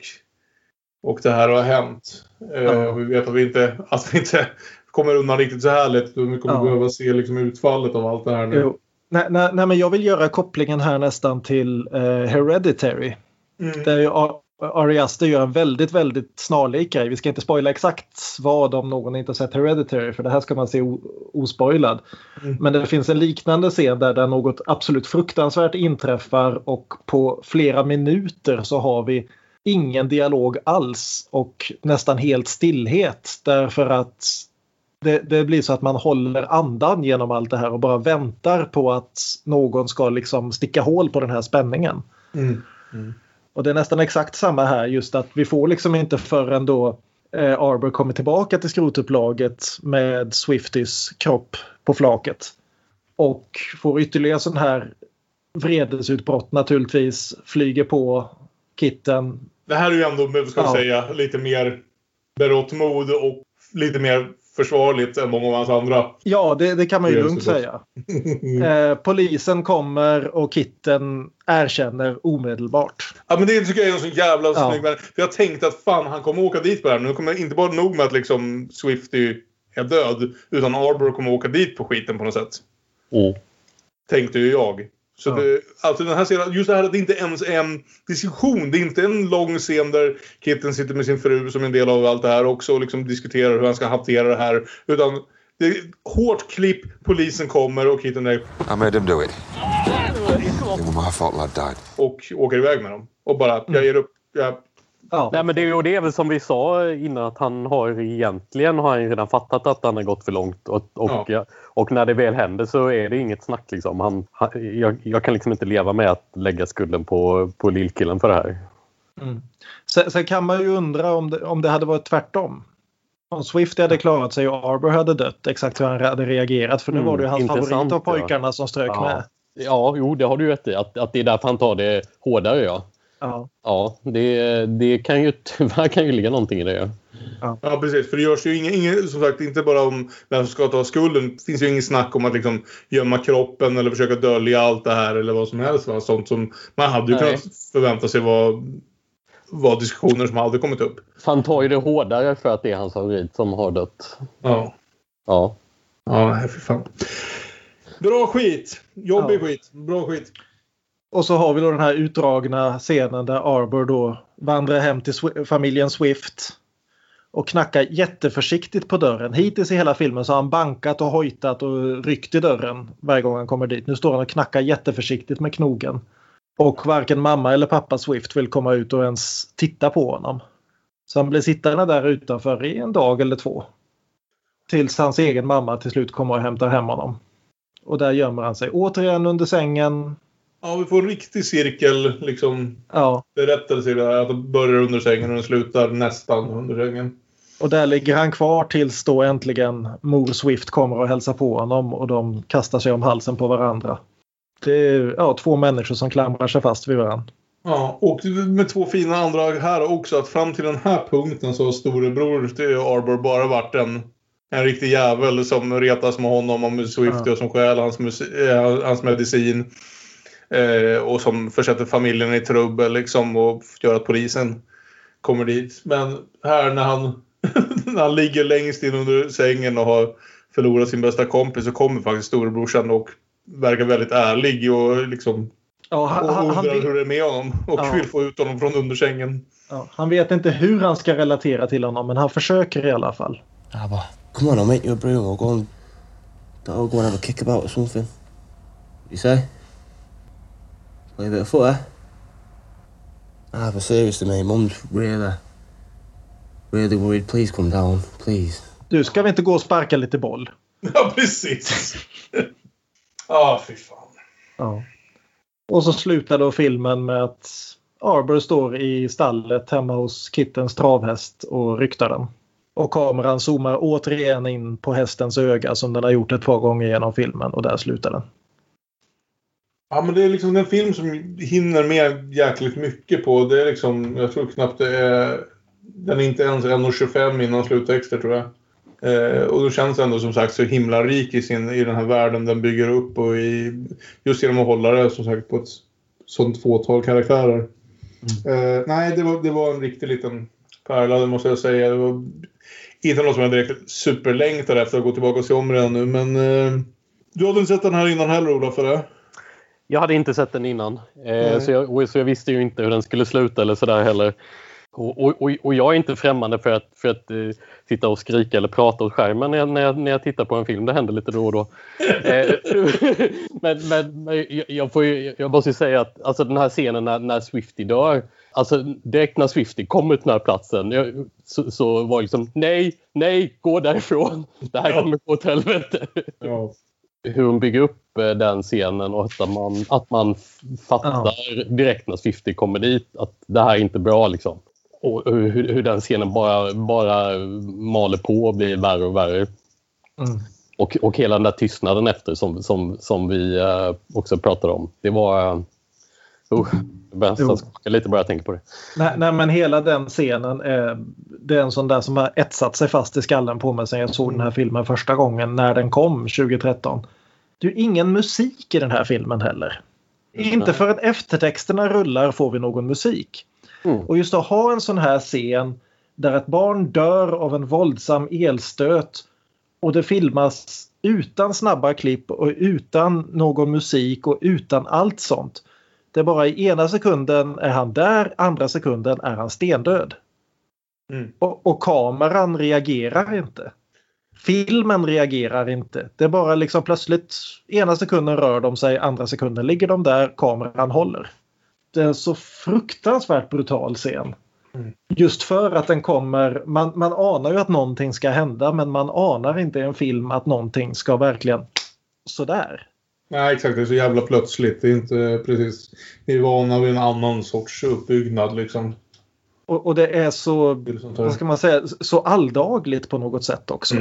och det här har hänt. Och vi vet att vi inte kommer undan riktigt så här lätt. Vi kommer behöva se liksom utfallet av allt det här nu. Jo. Nej, men jag vill göra kopplingen här nästan till Hereditary. Där ju Ari Aster gör en väldigt, väldigt snarlik grej. Vi ska inte spoila exakt vad om någon inte har sett Hereditary, för det här ska man se ospoilad. Men det finns en liknande scen där något absolut fruktansvärt inträffar och på flera minuter så har vi ingen dialog alls och nästan helt stillhet, därför att det blir så att man håller andan genom allt det här och bara väntar på att någon ska liksom sticka hål på den här spänningen. Och det är nästan exakt samma här, just att vi får liksom inte förrän då Arbor kommer tillbaka till skrotupplaget med Swiftys kropp på flaket och får ytterligare sån här vredesutbrott naturligtvis, flyger på Kitten. Det här är ju ändå, ska jag säga, lite mer berått mod och lite mer försvarligt än många av hans andra. Ja, det kan man ju lugnt säga. Polisen kommer och Kitten erkänner omedelbart. Ja, men det tycker jag är en sån jävla snygg. För jag tänkte att fan, han kommer åka dit på det här. Nu kommer inte bara nog med att liksom Swifty är död, utan Arbor kommer åka dit på skiten på något sätt. Tänkte ju jag. Så det, alltså den här scenen, just det här att det inte ens är en diskussion, det är inte en lång scen där Kitten sitter med sin fru som en del av allt det här också och liksom diskuterar hur han ska hantera det här, utan det är hårt klipp, polisen kommer och Kitten är I made him do it. It was my fault lad died. Och åker iväg med dem och bara, jag ger upp, Nej, men det är väl som vi sa innan, att han har redan fattat att han har gått för långt och när det väl händer så är det inget snack liksom. Jag kan liksom inte leva med att lägga skulden på lillkillen för det här. Sen kan man ju undra om det hade varit tvärtom. Om Swift hade klarat sig och Arbor hade dött, exakt hur han hade reagerat, för nu var det ju hans favorit av pojkarna som strök med. Ja, jo, det har du rätt i. Att det är därför han tar det hårdare, Ja, det kan ju tyvärr ligga någonting i det. Ja, precis. För det görs ju ingen, som sagt, inte bara om vem som ska ta skulden. Det finns ju ingen snack om att liksom gömma kroppen eller försöka dölja allt det här eller vad som helst. Sånt som man hade ju kunnat förvänta sig var diskussioner som hade kommit upp. Han tar ju det hårdare för att det är hans favorit som har dött. Ja, för fan. Bra skit. Jobbig skit. Bra skit. Och så har vi då den här utdragna scenen där Arbor då vandrar hem till familjen Swift och knackar jätteförsiktigt på dörren. Hittills i hela filmen så har han bankat och hojtat och ryckt i dörren varje gång han kommer dit. Nu står han och knackar jätteförsiktigt med knogen. Och varken mamma eller pappa Swift vill komma ut och ens titta på honom. Så han blir sittande där utanför i en dag eller två. Tills hans egen mamma till slut kommer och hämtar hem honom. Och där gömmer han sig återigen under sängen. Ja, vi får en riktig cirkel liksom. Berättelse i det här, att det börjar under sängen och den slutar nästan under sängen. Och där ligger han kvar tills då äntligen mor Swift kommer och hälsar på honom och de kastar sig om halsen på varandra. Det är två människor som klamrar sig fast vid varandra. Ja, och med två fina andra här också, att fram till den här punkten så har storebror till Arbor bara varit en En riktig jävel som retas med honom om Swifty och som stjäl hans medicin. Och som försätter familjen i trubbel liksom, och gör att polisen kommer dit. Men här när han ligger längst in under sängen och har förlorat sin bästa kompis, så kommer faktiskt storebrorsan och verkar väldigt ärlig och liksom han undrar hur det är med honom och vill få ut honom från undersängen. Ja, han vet inte hur han ska relatera till honom, men han försöker i alla fall. Come on, I'll make you a brew. I'll go and have a kickabout or something. You say? Play a bit of foot, eh? But seriously, mate, Mum's really worried. Please come down, please. Du, ska vi inte gå och sparka lite boll? Ja, precis. Fy fan. Ja. Och så slutar då filmen med att Arbor står i stallet hemma hos Kittens travhäst och ryktar den. Och kameran zoomar återigen in på hästens öga som den har gjort ett par gånger genom filmen, och där slutar den. Ja, men det är liksom en film som hinner med jäkligt mycket på. Det är liksom, jag tror knappt det är, den är inte ens 1:25 innan sluttexter, tror jag. Och då känns det ändå som sagt så himla rik i den här världen den bygger upp, och just genom att hålla det som sagt på ett sånt fåtal karaktärer. Nej, det var en riktig liten pärla, det måste jag säga. Det var inte något som jag direkt superlängtar efter att gå tillbaka och se om redan nu, men du hade inte sett den här innan heller, Olof, för det? Jag hade inte sett den innan, så jag visste ju inte hur den skulle sluta eller sådär heller. Och jag är inte främmande för att sitta och skrika eller prata åt skärmen när jag tittar på en film. Det händer lite då och då. men jag måste ju säga att alltså, den här scenen när Swifty dör, alltså direkt när Swifty kommer till den här platsen, så var det liksom nej, gå därifrån. Det här kommer gå åt helvete. Ja. Hur hon bygger upp den scenen, och att man fattar direkt när Swifty kommer dit att det här är inte bra liksom. Och hur den scenen bara maler på och blir värre och värre. Och hela den där tystnaden efter som vi också pratade om. Det var lite bara jag tänker på det. Nej, men hela den scenen det är en sån där som har etsat sig fast i skallen på mig sen jag såg den här filmen första gången när den kom 2013. Det är ingen musik i den här filmen heller. Inte förrän eftertexterna rullar får vi någon musik. Och just att ha en sån här scen där ett barn dör av en våldsam elstöt och det filmas utan snabba klipp och utan någon musik och utan allt sånt. Det är bara i ena sekunden är han där, andra sekunden är han stendöd. Och kameran reagerar inte. Filmen reagerar inte. Det är bara liksom plötsligt ena sekunden rör de sig, andra sekunden ligger de där, kameran håller. Det är en så fruktansvärt brutal scen. Just för att den kommer, man anar ju att någonting ska hända, men man anar inte i en film att någonting ska verkligen sådär. Nej, exakt, det är så jävla plötsligt. Det är inte precis, vi är vana vid en annan sorts uppbyggnad liksom. Och det är så, vad ska man säga, så alldagligt på något sätt också.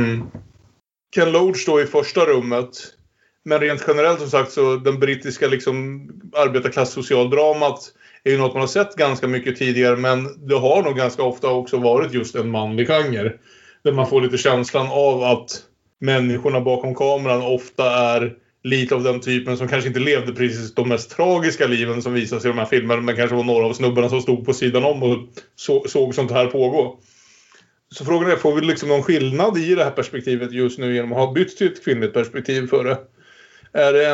Ken Loach står i första rummet. Men rent generellt som sagt så den brittiska liksom arbetarklass-socialdramat är ju något man har sett ganska mycket tidigare, men det har nog ganska ofta också varit just en manlig genre. Där man får lite känslan av att människorna bakom kameran ofta är lite av den typen som kanske inte levde precis de mest tragiska liven som visas i de här filmerna, men kanske var några av snubbarna som stod på sidan om och såg sånt här pågå. Så frågan är, får vi liksom någon skillnad i det här perspektivet just nu genom att ha bytt till ett kvinnligt perspektiv för det? Är det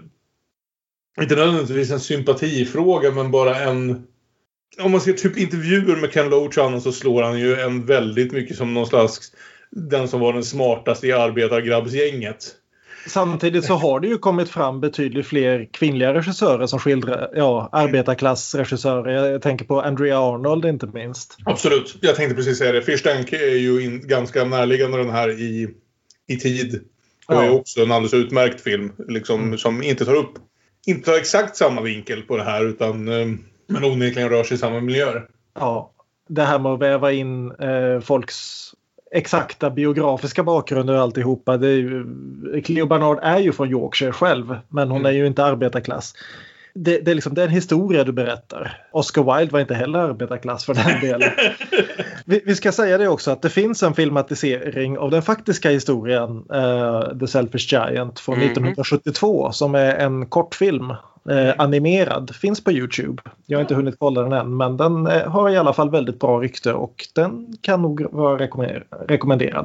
inte nödvändigtvis en sympatifråga, men bara en, om man ser typ intervjuer med Ken Loach och annan, så slår han ju en väldigt mycket som någon slags den som var den smartaste i arbetargrabbsgänget. Samtidigt så har det ju kommit fram betydligt fler kvinnliga regissörer som skildrar arbetarklassregissörer. Jag tänker på Andrea Arnold inte minst. Absolut, jag tänkte precis säga det. Fishtank är ju ganska närliggande den här i tid. Det är också en alldeles utmärkt film liksom, som inte tar exakt samma vinkel på det här, utan men onekligen rör sig i samma miljöer. Ja, det här med att väva in folks exakta biografiska bakgrunder och alltihopa. Cleo Barnard är ju från Yorkshire själv, men hon är ju inte arbetarklass. Det är liksom, det är en historia du berättar. Oscar Wilde var inte heller arbetarklass för den delen. Vi ska säga det också att det finns en filmatisering av den faktiska historien The Selfish Giant från 1972 som är en kortfilm animerad. Finns på YouTube. Jag har inte hunnit kolla den än men den har i alla fall väldigt bra rykte och den kan nog vara rekommenderad.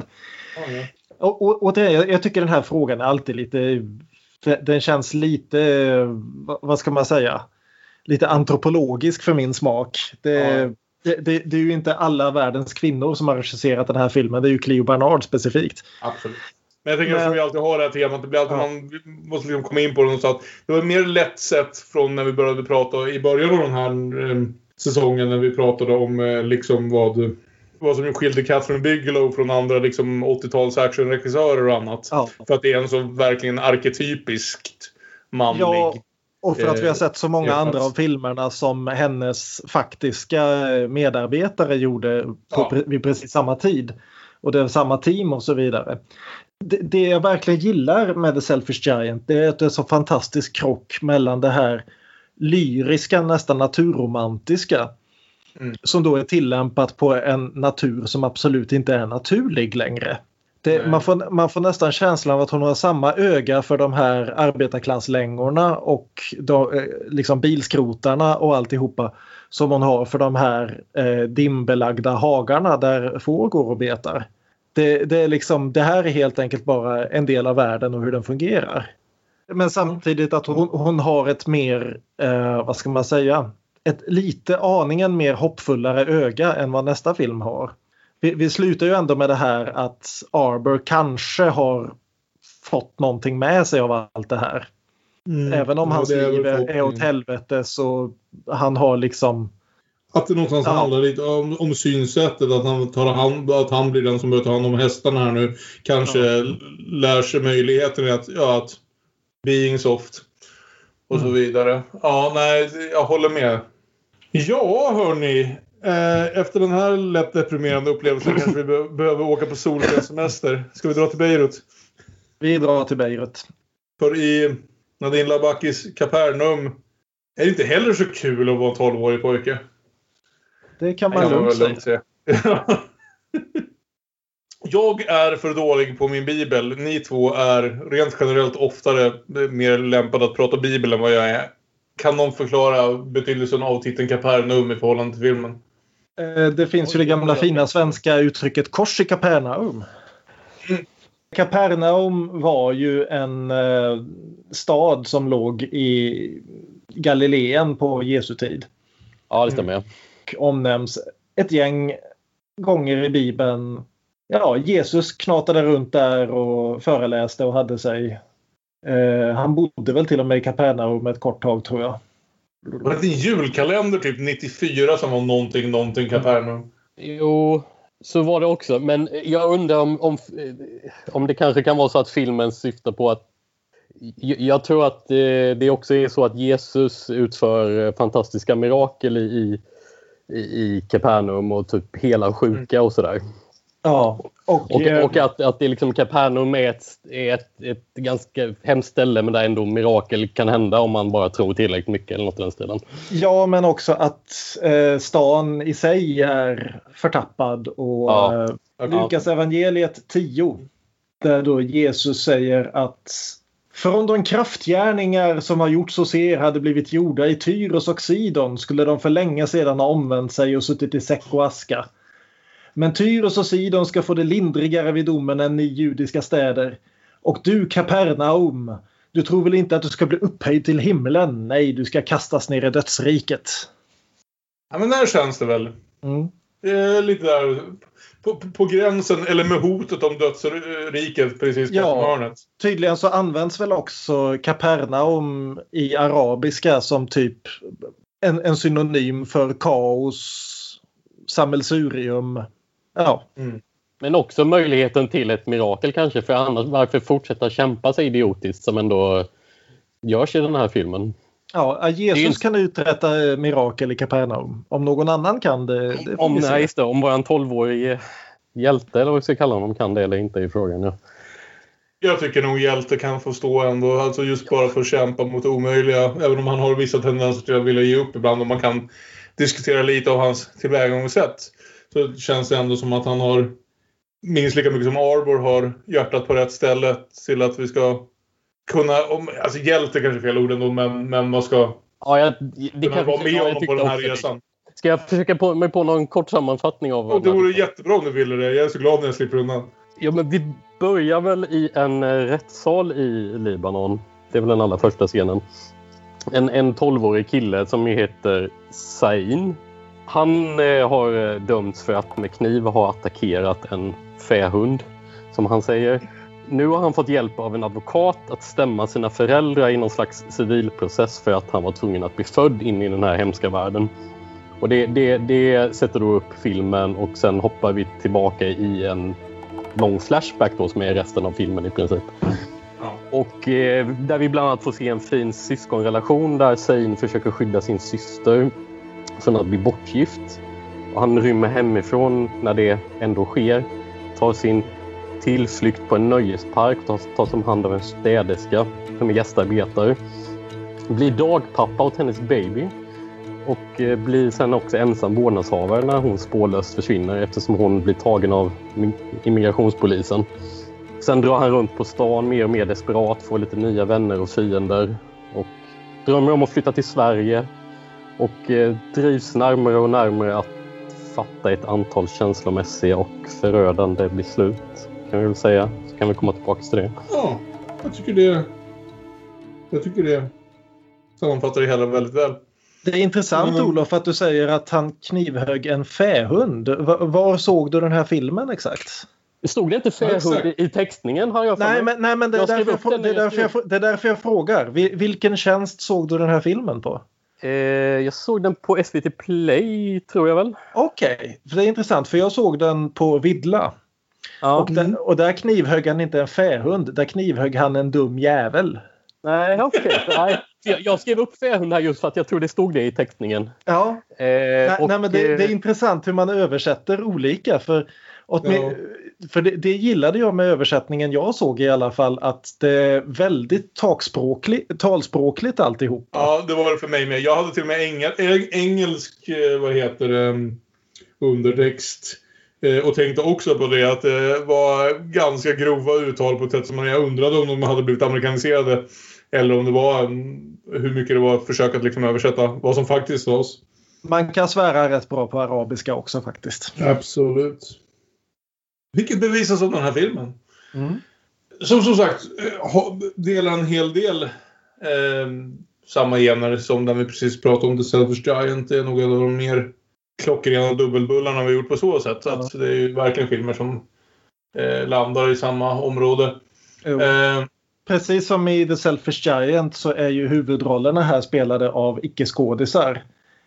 Och jag tycker den här frågan är alltid lite, den känns lite, vad ska man säga, lite antropologisk för min smak. Det är ju inte alla världens kvinnor som har regisserat den här filmen. Det är ju Cleo Bernard specifikt. Absolut. Men jag tänker att vi alltid har det här temat. Det blir alltid, man måste liksom komma in på det. Så att det var mer lätt sätt från när vi började prata i början av den här säsongen. När vi pratade om liksom vad som skilde Catherine Bigelow från andra liksom 80-tals actionregissörer och annat. Ja. För att det är en så verkligen arketypiskt manlig. Ja. Och för att vi har sett så många andra av filmerna som hennes faktiska medarbetare gjorde vid precis samma tid. Och det är samma team och så vidare. Det jag verkligen gillar med The Selfish Giant det är att det är så fantastisk krock mellan det här lyriska, nästan naturromantiska. Som då är tillämpat på en natur som absolut inte är naturlig längre. Man får nästan känslan av att hon har samma öga för de här arbetarklasslängorna och liksom bilskrotarna och alltihopa som hon har för de här dimbelagda hagarna där får går och betar. Det är liksom, det här är helt enkelt bara en del av världen och hur den fungerar. Men samtidigt att hon har ett mer, vad ska man säga, ett lite aningen mer hoppfullare öga än vad nästa film har. Vi slutar ju ändå med det här att Arbor kanske har fått någonting med sig av allt det här. Även om hans liv är åt helvete så han har liksom... Att det någonstans handlar lite om synsättet. Att han blir den som börjar ta hand om hästarna här nu. Kanske lär sig möjligheten att being soft. Och så vidare. Ja, nej, jag håller med. Ja, hörni. Efter den här lätt deprimerande upplevelsen kanske vi behöver åka på solfri semester. Ska vi dra till Beirut? Vi drar till Beirut. För i Nadine Labakis Kapernaum är det inte heller så kul att vara en 12-årig pojke. Det kan man lugnt säga. Jag är för dålig på min bibel. Ni två är rent generellt oftare mer lämpade att prata bibel än vad jag är. Kan någon förklara betydelsen av titeln Kapernaum i förhållande till filmen? Det finns ju det gamla fina svenska uttrycket kors i Kapernaum. Kapernaum var ju en stad som låg i Galileen på Jesu tid. Ja, det stämmer. Och omnämns ett gäng gånger i Bibeln. Ja, Jesus knatade runt där och föreläste och hade sig. Han bodde väl till och med i Kapernaum ett kort tag tror jag. Var det en julkalender typ 94 som var någonting Kapernaum? Jo, så var det också. Men jag undrar om det kanske kan vara så att filmen syftar på att jag tror att det också är så att Jesus utför fantastiska mirakel i Kapernaum och typ hela sjuka och sådär. Ja. Och att det liksom Kapernaum är ett ganska hemskt ställe men där ändå mirakel kan hända om man bara tror tillräckligt mycket eller något i den stilen. Ja, men också att stan i sig är förtappad och Lukas evangeliet 10 där då Jesus säger att från de kraftgärningar som har gjorts hos er hade blivit gjorda i Tyros och Sidon skulle de för länge sedan ha omvänt sig och suttit i säck och aska. Men Tyros och Sidon ska få det lindrigare vid domen än ni judiska städer. Och du Kapernaum, du tror väl inte att du ska bli upphöjd till himlen? Nej, du ska kastas ner i dödsriket. Ja, men där känns det väl. Lite där på gränsen eller med hotet om dödsriket precis på hörnet. Tydligen så används väl också Kapernaum i arabiska som typ en synonym för kaos, sammelsurium. Ja. Men också möjligheten till ett mirakel kanske. För annars varför fortsätta kämpa sig idiotiskt som ändå görs i den här filmen. Ja, Jesus kan uträtta mirakel i Kapernaum. Om någon annan kan det om bara en 12-årig hjälte eller vad vi ska kalla honom kan det eller inte i frågan. Ja. Jag tycker nog hjälte kan få stå ändå. Alltså just bara för att kämpa mot omöjliga. Även om han har vissa tendenser till att vilja ge upp ibland. Och man kan diskutera lite av hans tillvägagångssätt. så känns det ändå som att han har minst lika mycket som Arbor har hjärtat på rätt ställe till att vi ska kunna, alltså hjälte kanske fel ord ändå, men man ska det kan vara med honom på den här resan. Ska jag försöka mig på någon kort sammanfattning av vad det vore jättebra om du ville det. Jag är så glad när jag slipper undan. Ja, men vi börjar väl i en rättssal i Libanon. Det är väl den allra första scenen. En 12-årig kille som heter Zain. Han har dömts för att med kniv ha attackerat en fähund, som han säger. Nu har han fått hjälp av en advokat att stämma sina föräldrar i någon slags civilprocess för att han var tvungen att bli född in i den här hemska världen. Och det sätter då upp filmen, och sen hoppar vi tillbaka i en lång flashback då, som är resten av filmen i princip. Och där vi bland annat får se en fin syskonrelation där Zain försöker skydda sin syster från att bli bortgift. Och han rymmer hemifrån när det ändå sker. Tar sin tillflykt på en nöjespark, tar som hand av en städerska som är gästarbetare. Blir dagpappa åt hennes baby. Och blir sen också ensam vårdnadshavare när hon spårlöst försvinner, eftersom hon blir tagen av immigrationspolisen. Sen drar han runt på stan mer och mer desperat, får lite nya vänner och fiender. Och drömmer om att flytta till Sverige. Och drivs närmare och närmare att fatta ett antal känslomässiga och förödande beslut, kan vi väl säga. Så kan vi komma tillbaka till det. Ja, jag tycker det sammanfattar det hela väldigt väl. Det är intressant, Olof, att du säger att han knivhögg en fähund. Var såg du den här filmen exakt? Stod det inte fähund i textningen? Har jag nej, men det är därför jag frågar. Vilken tjänst såg du den här filmen på? Jag såg den på SVT Play, tror jag väl. Okej, för det är intressant, för jag såg den på Vidla. Ja. Och där knivhögg han inte en fähund, där knivhögg han en dum jävel. Nej, okej. Jag skrev upp fähund här just för att jag tror det stod det i textningen. Ja, men det är intressant hur man översätter olika. För det gillade jag med översättningen jag såg i alla fall, att det är väldigt talspråkligt alltihop. Ja, det var det för mig med. Jag hade till och med engelsk undertext. Och tänkte också på det, att det var ganska grova uttal på ett sätt som jag undrade om de hade blivit amerikaniserade. Eller om det var hur mycket det var att försöka liksom översätta vad som faktiskt sades. Man kan svära rätt bra på arabiska också faktiskt. Absolut. Vilket bevisas av den här filmen. Som sagt delar en hel del samma gener som den vi precis pratade om. The Selfish Giant är nog en av de mer klockrena dubbelbullarna vi gjort på så sätt. Så att det är ju verkligen filmer som landar i samma område. Precis som i The Selfish Giant så är ju huvudrollerna här spelade av icke-skådisar.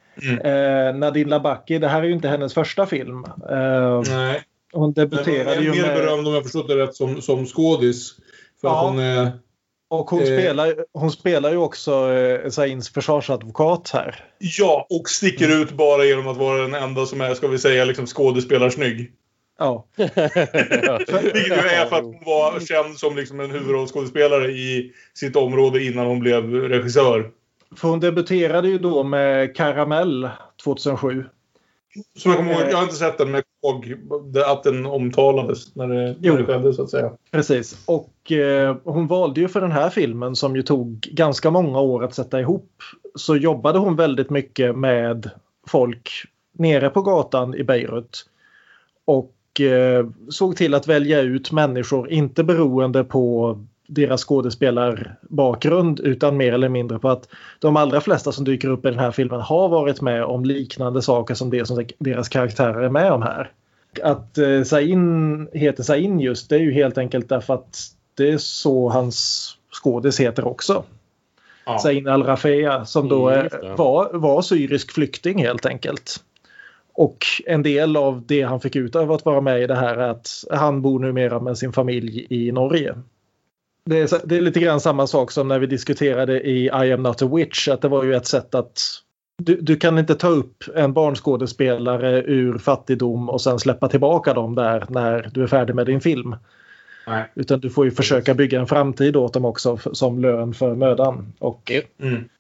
Nadine Labaki, det här är ju inte hennes första film. Nej. Hon debuterade ju med... mer berömd om jag förstått det rätt som skådis. För att hon är... Och hon spelar ju också Zains försvarsadvokat här. Ja, och sticker ut bara genom att vara den enda som är, ska vi säga, liksom skådespelarsnygg. Ja. Vilket ju är för att hon var känd som liksom en huvudrollskådespelare i sitt område innan hon blev regissör. För hon debuterade ju då med Caramel 2007. Som jag kommer ihåg, jag har inte sett den, men jag ihåg att den omtalades när det skedde, så att säga. Precis, och hon valde ju för den här filmen, som ju tog ganska många år att sätta ihop, så jobbade hon väldigt mycket med folk nere på gatan i Beirut. Och såg till att välja ut människor, inte beroende på deras skådespelarbakgrund, utan mer eller mindre på att de allra flesta som dyker upp i den här filmen har varit med om liknande saker som det som deras karaktärer är med om här. Att Zain heter Zain just, det är ju helt enkelt därför att det är så hans skådis heter också. Ja. Zain al-Rafea, som då var syrisk flykting helt enkelt. Och en del av det han fick ut av att vara med i det här är att han bor numera med sin familj i Norge. Det är lite grann samma sak som när vi diskuterade i I am not a witch, att det var ju ett sätt att du kan inte ta upp en barnskådespelare ur fattigdom och sen släppa tillbaka dem där när du är färdig med din film. Nej. Utan du får ju försöka bygga en framtid åt dem också som lön för mödan. Och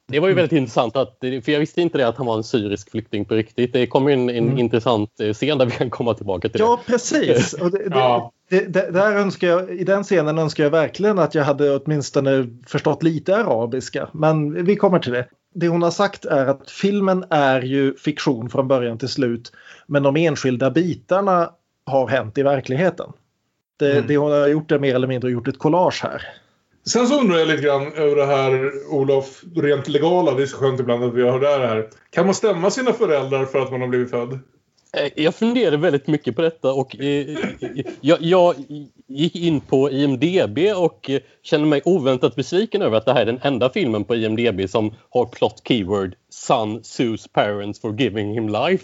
Det var ju väldigt intressant, för jag visste inte det att han var en syrisk flykting på riktigt. Det kommer ju en intressant scen där vi kan komma tillbaka till det. Ja, precis. Och där önskar jag, i den scenen önskar jag verkligen att jag hade åtminstone förstått lite arabiska. Men vi kommer till det. Det hon har sagt är att filmen är ju fiktion från början till slut. Men de enskilda bitarna har hänt i verkligheten. Det hon har gjort är mer eller mindre gjort ett collage här. Sen så undrar jag lite grann över det här, Olof, rent legala. Det är så skönt ibland att vi har det här. Kan man stämma sina föräldrar för att man har blivit född? Jag funderade väldigt mycket på detta och jag gick in på IMDb och kände mig oväntat besviken över att det här är den enda filmen på IMDb som har plot keyword Son sues parents for giving him life.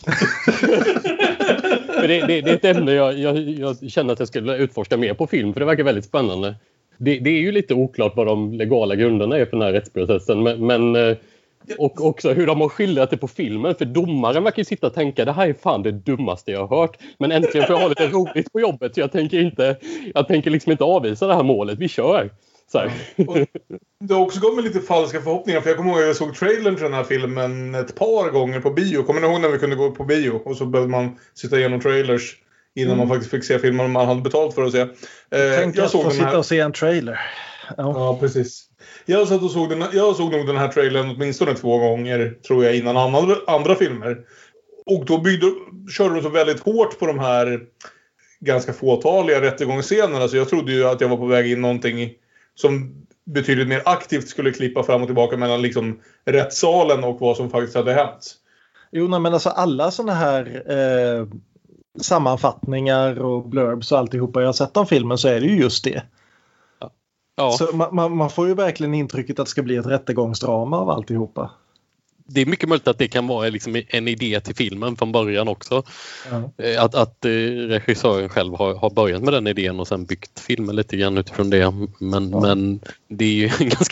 För det är ett ämne jag känner att jag skulle utforska mer på film, för det verkar väldigt spännande. Det är ju lite oklart vad de legala grunderna är för den här rättsprocessen, men och också hur de har skildrat det på filmen, för domaren verkar ju sitta och tänka det här är fan det dummaste jag har hört, men äntligen får jag ha lite roligt på jobbet, så jag tänker liksom inte avvisa det här målet, vi kör. Så här. Det har också gått med lite falska förhoppningar, för jag kommer ihåg att jag såg trailern till den här filmen ett par gånger på bio. Kommer ni ihåg när vi kunde gå på bio och så behövde man sitta igenom trailers innan man faktiskt fick se filmen man hade betalt för att se. Jag såg sitta och se en trailer. Ja, precis. Jag såg nog den här trailern åtminstone 2 gånger, tror jag, innan andra filmer. Och då körde de så väldigt hårt på de här ganska fåtaliga rättegångsscenerna, så jag trodde ju att jag var på väg in någonting som betydligt mer aktivt skulle klippa fram och tillbaka mellan liksom rättssalen och vad som faktiskt hade hänt. Jo, men alltså alla såna här sammanfattningar och blurbs och alltihopa jag har sett om filmen, så är det ju just det. Ja. Så man får ju verkligen intrycket att det ska bli ett rättegångsdrama av alltihopa. Det är mycket möjligt att det kan vara liksom en idé till filmen från början också. Ja. Att regissören själv har börjat med den idén och sen byggt filmen lite grann utifrån det. Men det är ju en ganska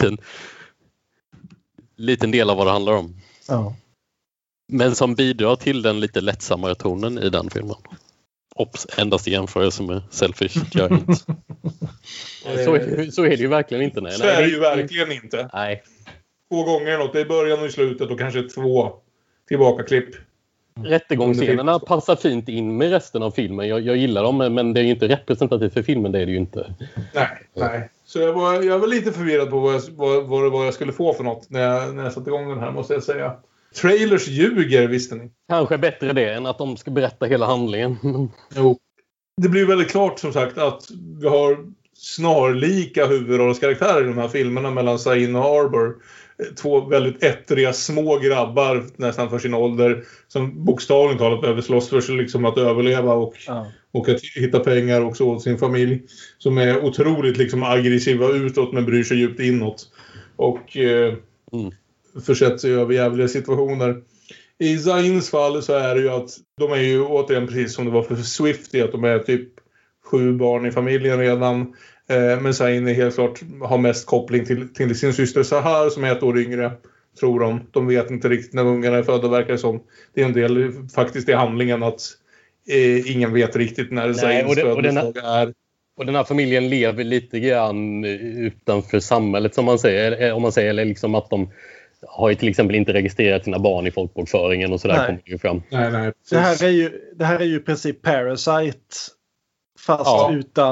liten del av vad det handlar om. Ja. Men som bidrar till den lite lättsammare tonen i den filmen. Endast i jämförelse med Selfish Giant. Så är det ju verkligen inte. Nej. Så är det ju verkligen inte. Nej. 2 gånger något, det är början och i slutet och kanske 2 tillbaka-klipp. Rättegångsscenerna passar fint in med resten av filmen. Jag gillar dem, men det är ju inte representativt för filmen, det är det ju inte. Nej. Så jag var lite förvirrad på vad jag skulle få för något när jag satte igång den här, måste jag säga. Trailers ljuger, visste ni? Kanske bättre det än att de ska berätta hela handlingen. Jo. Det blir väldigt klart som sagt att vi har snarlika huvudrollskaraktärer i de här filmerna mellan Zayn och Arbor. 2 väldigt ettriga små grabbar nästan för sin ålder som bokstavligt talat behöver slåss för sig liksom att överleva och att hitta pengar också åt sin familj, som är otroligt liksom aggressiva utåt men bryr sig djupt inåt och försätter sig över jävliga situationer. I Zayns fall så är det ju att de är ju återigen precis som det var för Swifty, att de är typ 7 barn i familjen redan. Men Zayn är helt klart har mest koppling till sin syster Sahar som är 1 år yngre, tror de. De vet inte riktigt när ungarna är födda, verkar det som. Det är en del faktiskt i handlingen att ingen vet riktigt när Zayns födelsedag är. Och den här familjen lever lite grann utanför samhället, som man säger. Om man säger eller liksom att de har ju till exempel inte registrerat sina barn i folkbokföringen och sådär kommer ju fram. Nej. Det här är ju i princip Parasite fast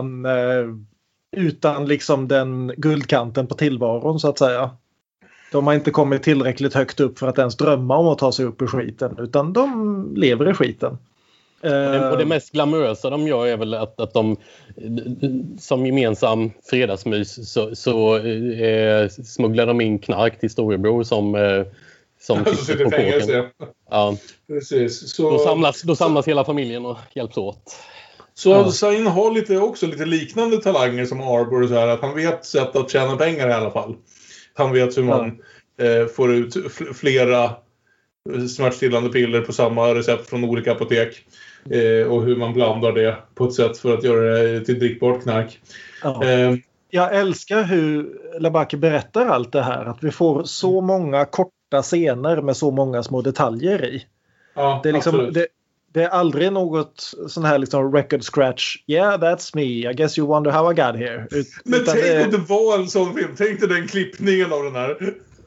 utan liksom den guldkanten på tillvaron, så att säga. De har inte kommit tillräckligt högt upp för att ens drömma om att ta sig upp i skiten, utan de lever i skiten. Och det mest glamorösa de gör är väl att de som gemensam fredagsmys så smugglar de in knark till storebror som sitter på fängelse. Ja. Precis. Så då samlas hela familjen och hjälps åt. Så Zayn har också lite liknande talanger som Arbor, så här att han vet sätt att tjäna pengar i alla fall. Han vet hur man får ut flera smärtstillande piller på samma recept från olika apotek. Och hur man blandar det på ett sätt för att göra det till drickbart knark. Jag älskar hur Labaki berättar allt det här. Att vi får så många korta scener med så många små detaljer i. Ja, det är liksom, det är aldrig något sån här liksom record scratch. Yeah, that's me. I guess you wonder how I got here. Men tänk om det var en sån film. Tänk dig den klippningen av den här.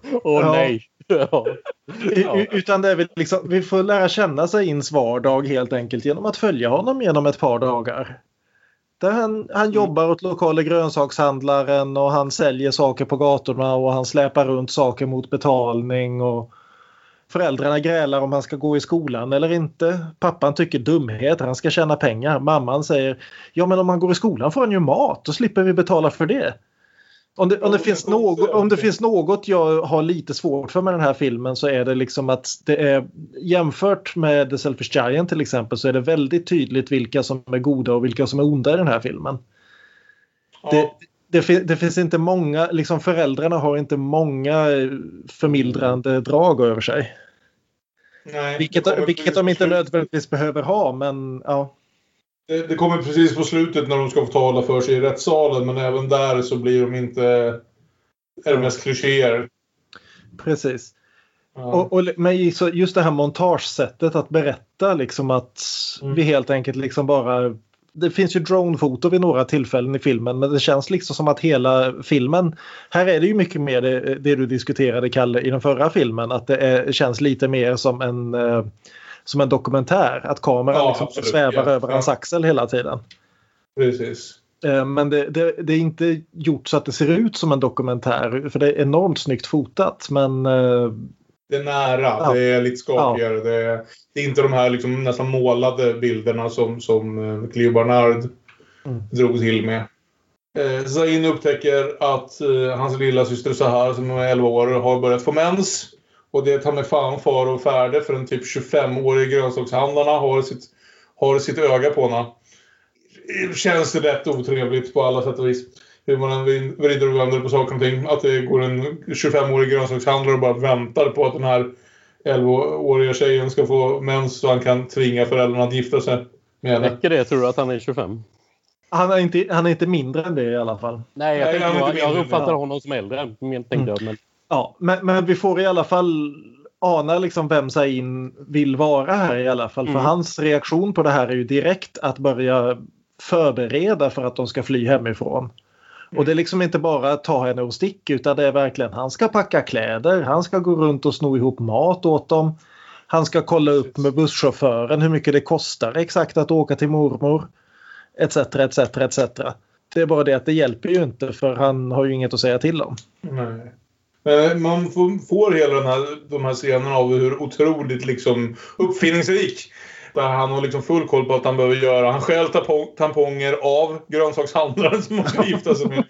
Nej. Ja. Utan det är väl liksom, vi får lära känna Zains vardag helt enkelt genom att följa honom genom ett par dagar. Där han jobbar åt lokala grönsakshandlaren och han säljer saker på gatorna och han släpar runt saker mot betalning och föräldrarna grälar om han ska gå i skolan eller inte. Pappan tycker dumhet, han ska tjäna pengar. Mamman säger, ja men om han går i skolan får han ju mat, då slipper vi betala för det. Om det finns något jag har lite svårt för med den här filmen så är det liksom att det är jämfört med The Selfish Giant till exempel så är det väldigt tydligt vilka som är goda och vilka som är onda i den här filmen. Ja. Det finns inte många, liksom föräldrarna har inte många förmildrande drag över sig. Nej, vilket de inte nödvändigtvis behöver ha, men ja. Det kommer precis på slutet när de ska få tala för sig i rättssalen, men även där så blir de inte är det mest klichéer. Precis. Ja. Men just det här montagesättet att berätta liksom att vi helt enkelt liksom bara, det finns ju dronefoto vid några tillfällen i filmen, men det känns liksom som att hela filmen, här är det ju mycket mer det du diskuterade, Kalle, i den förra filmen, att det känns lite mer som en dokumentär, att kameran liksom svävar över hans axel hela tiden. Precis. Men det är inte gjort så att det ser ut som en dokumentär, för det är enormt snyggt fotat, men det är nära, det är lite skapigare. Det är inte de här liksom nästan målade bilderna som Cleo Barnard drog till med. Zain upptäcker att hans lilla syster Sahar som är 11 år har börjat få mens. Och det tar med fan far och färde för en typ 25-årig grönsakshandlarna har sitt öga på henne. Känns det rätt otrevligt på alla sätt och vis. Hur man vrider och vänder på saker och ting. Att det går en 25-årig grönsakshandlare och bara väntar på att den här 11-åriga tjejen ska få mens så han kan tvinga föräldrarna att gifta sig med henne. Räcker det, tror du att han är 25? Han är inte mindre än det i alla fall. Nej, jag uppfattar honom som äldre. Ja, men vi får i alla fall ana liksom vem Zain vill vara här i alla fall. För hans reaktion på det här är ju direkt att börja förbereda för att de ska fly hemifrån. Och det är liksom inte bara att ta henne och stick, utan det är verkligen, han ska packa kläder, han ska gå runt och sno ihop mat åt dem. Han ska kolla upp med busschauffören hur mycket det kostar exakt att åka till mormor. Etc, etc, etc. Det är bara det att det hjälper ju inte, för han har ju inget att säga till om. Nej. Men man får hela de här scenerna av hur otroligt liksom uppfinningsrik. Där han har liksom full koll på att han behöver göra. Han stjäl tamponger av grönsakshandlaren som man ska gifta sig med.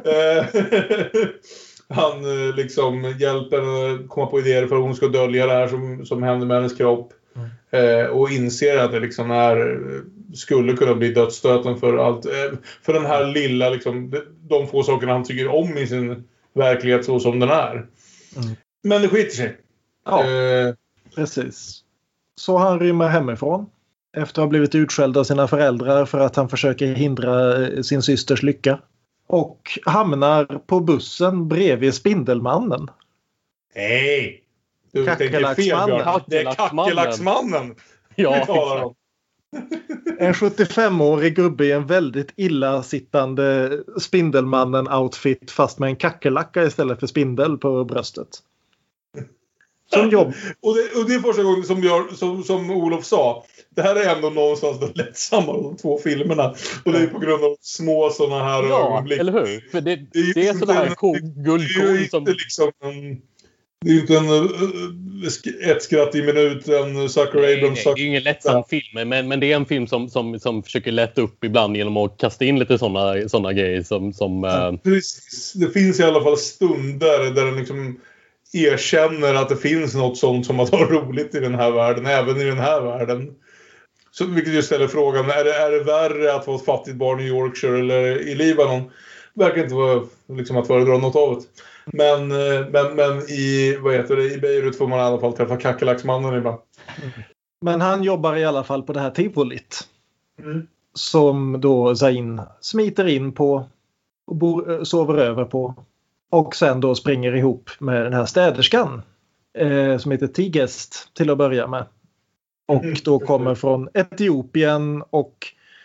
Han liksom hjälper komma på idéer för att hon ska dölja det här som händer med hennes kropp. Och inser att det liksom skulle kunna bli dödsstöten för allt. För den här lilla liksom, de få sakerna han tycker om i sin verklighet så som den är. Men det skiter sig. Ja, precis. Så han rymmer hemifrån efter att ha blivit utskälld av sina föräldrar för att han försöker hindra sin systers lycka. Och hamnar på bussen bredvid Spindelmannen. Hej! Du tänker fel, Björn. Det är Kackelaxmannen. Ja, en 75-årig gubbe i en väldigt illasittande Spindelmannen-outfit fast med en kackerlacka istället för spindel på bröstet. Som jobb. Och det är första gången som Olof sa. Det här är ändå någonstans det lättsamma av de två filmerna. Och det är på grund av små sådana här ögonblick. Eller hur? För det är sådana här guldkorn som... Det är inte ett skratt i minuten, Zucker Abrams. Det är ingen lättsam film, men det är en film som försöker lätta upp ibland genom att kasta in lite såna grejer som Precis. Det finns i alla fall stunder där den liksom erkänner att det finns något sånt som att ha roligt i den här världen, även i den här världen. Så vilket ju ställer frågan, är det värre att vara ett fattigt barn i Yorkshire eller i Libanon? Verkar inte vara liksom att föredra något av det. Men i Beirut får man i alla fall träffa Kackelaxmannen ibland. Men han jobbar i alla fall på det här tivolit. Som då Zain smiter in på och sover över på. Och sen då springer ihop med den här städerskan som heter Tigest till att börja med. Och då kommer från Etiopien och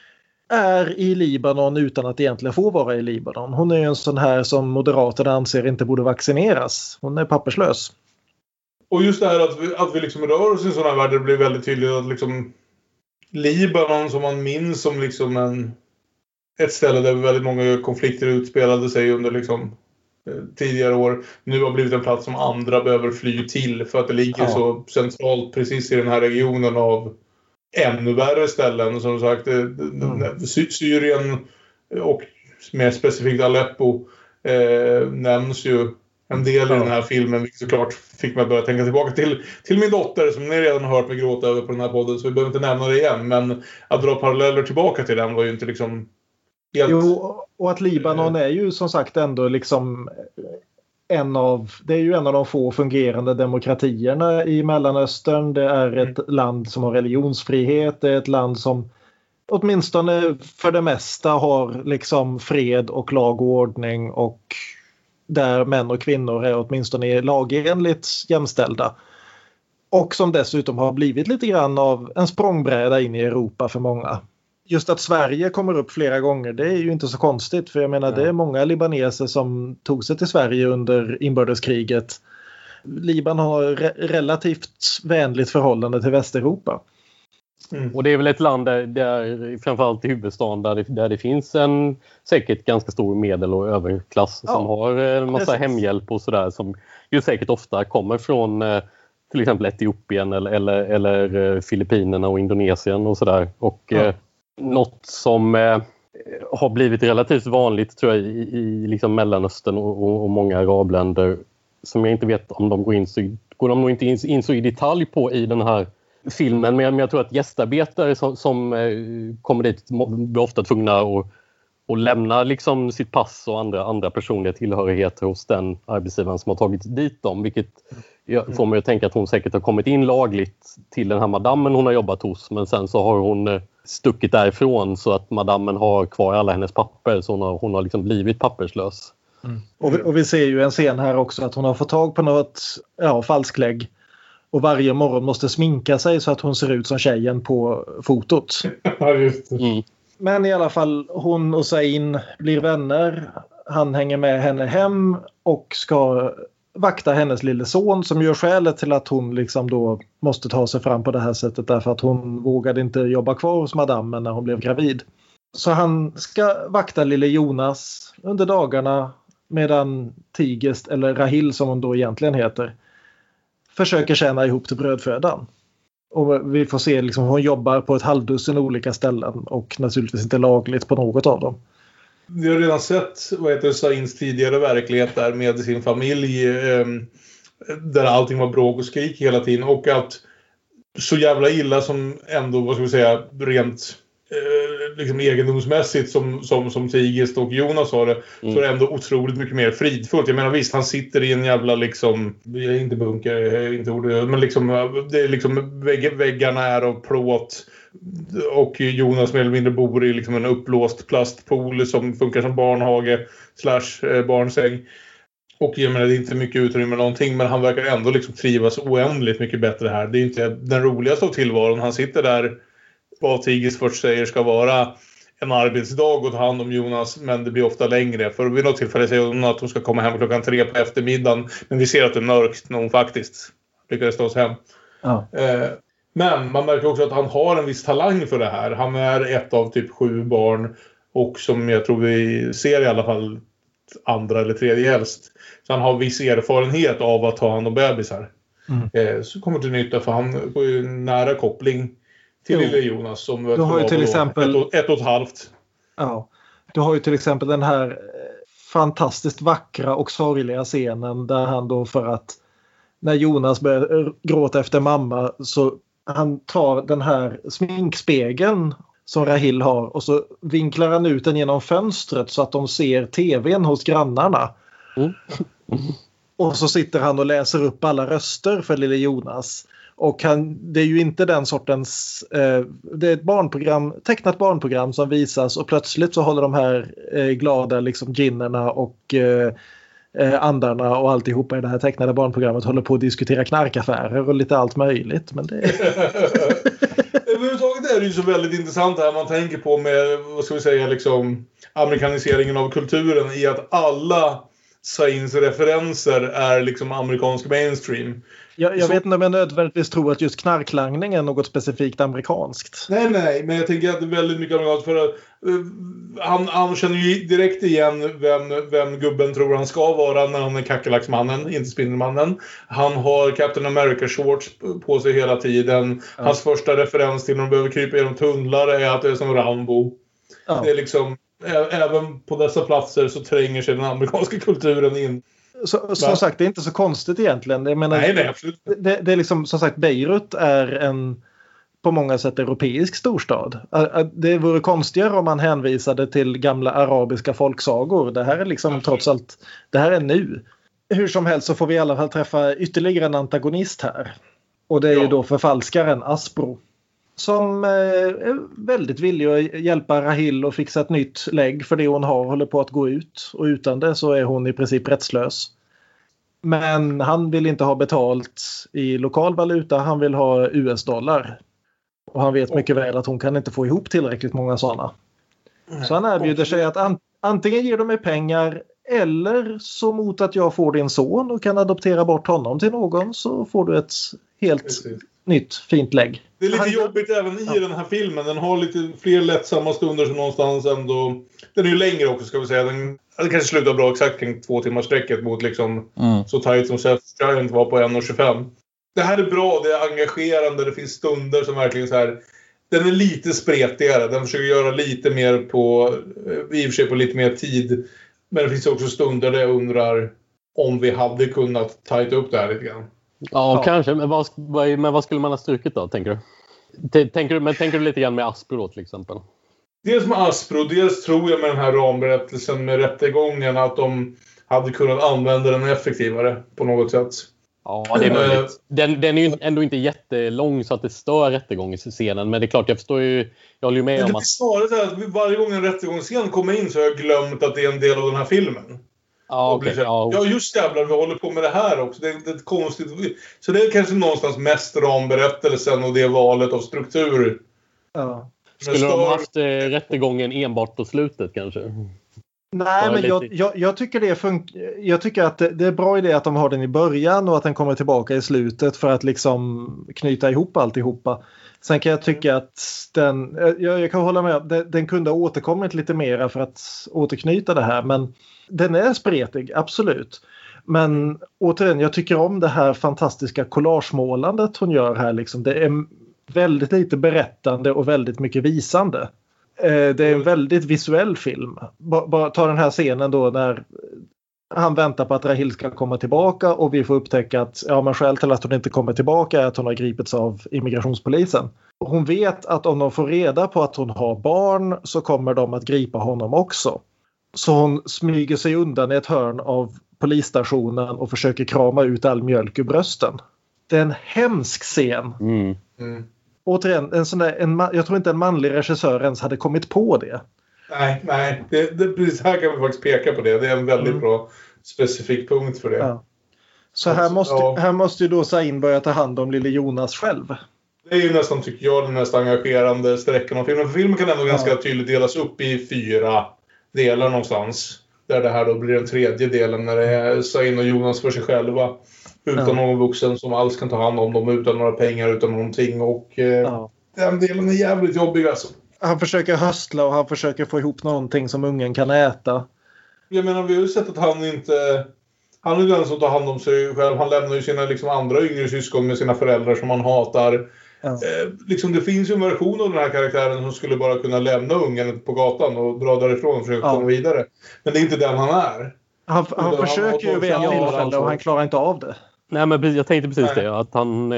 är i Libanon utan att egentligen få vara i Libanon. Hon är ju en sån här som Moderaterna anser inte borde vaccineras. Hon är papperslös. Och just det här att vi liksom rör oss i en sån här värld, det blir väldigt tydligt att liksom Libanon som man minns som liksom ett ställe där väldigt många konflikter utspelade sig under liksom tidigare år. Nu har blivit en plats som andra behöver fly till för att det ligger så centralt precis i den här regionen av ännu värre ställen. Som sagt, Syrien och mer specifikt Aleppo nämns ju en del i den här filmen, vilket såklart fick mig att börja tänka tillbaka till min dotter som ni redan har hört mig gråta över på den här podden, så vi behöver inte nämna det igen, men att dra paralleller tillbaka till den var ju inte liksom helt... Jo, och att Libanon är ju som sagt ändå liksom en av de få fungerande demokratierna i Mellanöstern. Det är ett land som har religionsfrihet, det är ett land som åtminstone för det mesta har liksom fred och lag och ordning, och där män och kvinnor är åtminstone lagenligt jämställda. Och som dessutom har blivit lite grann av en språngbräda in i Europa för många. Just att Sverige kommer upp flera gånger, det är ju inte så konstigt. För jag menar, det är många libaneser som tog sig till Sverige under inbördeskriget. Libanon har relativt vänligt förhållande till Västeuropa. Och det är väl ett land där framförallt i huvudstaden där det finns en säkert ganska stor medel- och överklass som har en massa hemhjälp och sådär, som ju säkert ofta kommer från till exempel Etiopien eller Filippinerna och Indonesien och sådär. Och något som har blivit relativt vanligt tror jag i liksom Mellanöstern och många arabländer, som jag inte vet om de går de nog inte in så i detalj på i den här filmen, men jag tror att gästarbetare som kommer dit blir ofta tvungna att lämna liksom sitt pass och andra personliga tillhörigheter hos den arbetsgivaren som har tagit dit dem, vilket får mig att tänka att hon säkert har kommit in lagligt till den här madammen hon har jobbat hos, men sen så har hon stuckit därifrån så att madammen har kvar alla hennes papper, så hon har liksom blivit papperslös. Och vi ser ju en scen här också att hon har fått tag på något falsklägg och varje morgon måste sminka sig så att hon ser ut som tjejen på fotot. Men i alla fall, hon och Zain blir vänner. Han hänger med henne hem och ska vakta hennes lille son, som gör skälet till att hon liksom då måste ta sig fram på det här sättet, därför att hon vågade inte jobba kvar hos madammen när hon blev gravid. Så han ska vakta lille Jonas under dagarna, medan Tigest, eller Rahil som hon då egentligen heter, försöker tjäna ihop till brödfödan. Och vi får se liksom hon jobbar på ett halvdussin olika ställen och naturligtvis inte lagligt på något av dem. Vi har redan sett Zains tidigare verklighet där med sin familj, där allting var bråk och skrik hela tiden, och att så jävla illa som ändå, vad ska vi säga, rent liksom egendomsmässigt som Tigest och Jonas har det, så är det ändå otroligt mycket mer fridfullt. Jag menar visst, han sitter i en jävla liksom, inte bunker, inte ordet, men liksom det är liksom väggarna är av plåt, och Jonas mer eller mindre bor i liksom en upplåst plastpool som funkar som barnhage / barnsäng. Och jag menar, det är inte mycket utrymme någonting, men han verkar ändå liksom trivas oändligt mycket bättre här. Det är inte den roligaste av tillvaron. Han sitter där, vad Tigers först säger ska vara en arbetsdag och ta hand om Jonas, men det blir ofta längre. För vid något tillfälle säger hon att hon ska komma hem 3 på eftermiddagen, men vi ser att det är mörkt när hon faktiskt lyckades ta oss hem. Men man märker också att han har en viss talang för det här. Han är ett av typ 7 barn, och som jag tror vi ser i alla fall andra eller tredje helst. Så han har viss erfarenhet av att ta hand om bebisar. Så kommer till nytta, för han får ju nära koppling till lille Jonas som du har ju till exempel 1,5. Ja. Du har ju till exempel den här fantastiskt vackra och sorgliga scenen där han då, för att när Jonas börjar gråta efter mamma, så han tar den här sminkspegeln som Rahil har och så vinklar han ut den genom fönstret så att de ser tvn hos grannarna. Och så sitter han och läser upp alla röster för lille Jonas. Och det är ju inte den sortens, det är ett barnprogram, tecknat barnprogram som visas, och plötsligt så håller de här glada liksom ginnerna och andarna och alltihopa i det här tecknade barnprogrammet håller på att diskutera knarkaffärer och lite allt möjligt. Men det... Överhuvudtaget är det ju så väldigt intressant här man tänker på med, vad ska vi säga, liksom amerikaniseringen av kulturen i att alla Sains referenser är liksom amerikansk mainstream. Jag vet inte om jag nödvändigtvis tror att just knarklangning är något specifikt amerikanskt. Nej, men jag tänker att det är väldigt mycket amerikanskt för att han känner ju direkt igen vem gubben tror han ska vara när han är kackerlacksmannen, inte Spindelmannen. Han har Captain America shorts på sig hela tiden. Ja. Hans första referens till när de behöver krypa genom tunnlar är att det är som Rambo. Ja. Det är liksom, även på dessa platser så tränger sig den amerikanska kulturen in. Som sagt, det är inte så konstigt egentligen. Jag menar, nej, absolut. Det är liksom, som sagt, Beirut är en på många sätt europeisk storstad. Det vore konstigare om man hänvisade till gamla arabiska folksagor. Det här är liksom trots allt, det här är nu. Hur som helst så får vi i alla fall träffa ytterligare en antagonist här. Och det är ju då förfalskaren Aspro. Som är väldigt villig att hjälpa Rahil och fixa ett nytt lägg för det hon håller på att gå ut. Och utan det så är hon i princip rättslös. Men han vill inte ha betalt i lokal valuta, han vill ha US-dollar. Och han vet mycket väl att hon kan inte få ihop tillräckligt många sådana. Så han erbjuder sig att antingen ger de mig pengar eller så mot att jag får din son och kan adoptera bort honom till någon så får du ett helt nytt fint lägg. Det är lite jobbigt även i den här filmen. Den har lite fler lättsamma stunder som någonstans ändå... Den är ju längre också ska vi säga. Det kanske slutar bra exakt kring 2 timmars sträcket mot liksom så tajt som Self Giant var på 1:25. Det här är bra, det är engagerande, det finns stunder som verkligen så här... Den är lite spretigare, den försöker göra lite mer på... I och för sig på lite mer tid. Men det finns också stunder där jag undrar om vi hade kunnat tajta upp det här lite grann. Ja, kanske. Men vad skulle man ha strukit då, tänker du? Tänker du lite grann med Aspro då, till exempel? Dels med Aspro, dels tror jag med den här ramberättelsen med rättegången att de hade kunnat använda den effektivare på något sätt. Ja, det är möjligt. Den är ju ändå inte jättelång så att det stör rättegångsscenen. Men det är klart, jag förstår ju... Jag håller ju med om att... Det är snarare att varje gång en rättegångsscen kommer in så har jag glömt att det är en del av den här filmen. Ja, okay. Ja, just jävlar, vi håller på med det här också. Det är konstigt. Så det är kanske någonstans mest ramberättelsen och det valet av struktur. Ja. Skulle de haft rättegången enbart på slutet kanske? Nej, men jag tycker jag tycker att det är bra idé att de har den i början och att den kommer tillbaka i slutet för att liksom knyta ihop alltihopa. Sen kan jag tycka att jag kan hålla med, den kunde ha återkommit lite mera för att återknyta det här, men den är spretig, absolut. Men återigen, jag tycker om det här fantastiska collagemålandet hon gör här. Liksom. Det är väldigt lite berättande och väldigt mycket visande. Det är en väldigt visuell film. Bara ta den här scenen då när han väntar på att Rahil ska komma tillbaka och vi får upptäcka att men skäl till att hon inte kommer tillbaka är att hon har gripits av immigrationspolisen. Hon vet att om de får reda på att hon har barn så kommer de att gripa honom också. Så hon smyger sig undan i ett hörn av polisstationen och försöker krama ut all mjölk ur brösten. Det är en hemsk scen. Återigen, jag tror inte en manlig regissör ens hade kommit på det. Nej. Precis här kan vi faktiskt peka på det. Det är en väldigt bra specifik punkt för det. Ja. Så här måste ju då Sain börja ta hand om lille Jonas själv. Det är ju nästan, tycker jag, den mest engagerande sträckan av filmen. För filmen kan ändå ganska tydligt delas upp i 4 delar någonstans. Där det här då blir den 3:e delen när det är Sain och Jonas för sig själva. Utan någon vuxen som alls kan ta hand om dem utan några pengar, utan någonting. Och den delen är jävligt jobbig alltså. Han försöker höstla och han försöker få ihop någonting som ungen kan äta. Jag menar, vi har ju sett att han är den som tar hand om sig själv. Han lämnar ju sina liksom andra yngre syskon med sina föräldrar som han hatar. Liksom det finns ju en version av den här karaktären som skulle bara kunna lämna ungen på gatan och dra därifrån och försöka komma vidare. Men det är inte den han är. Han försöker ju vid en tillfälle och han klarar inte av det. Nej, men jag tänkte precis det. Att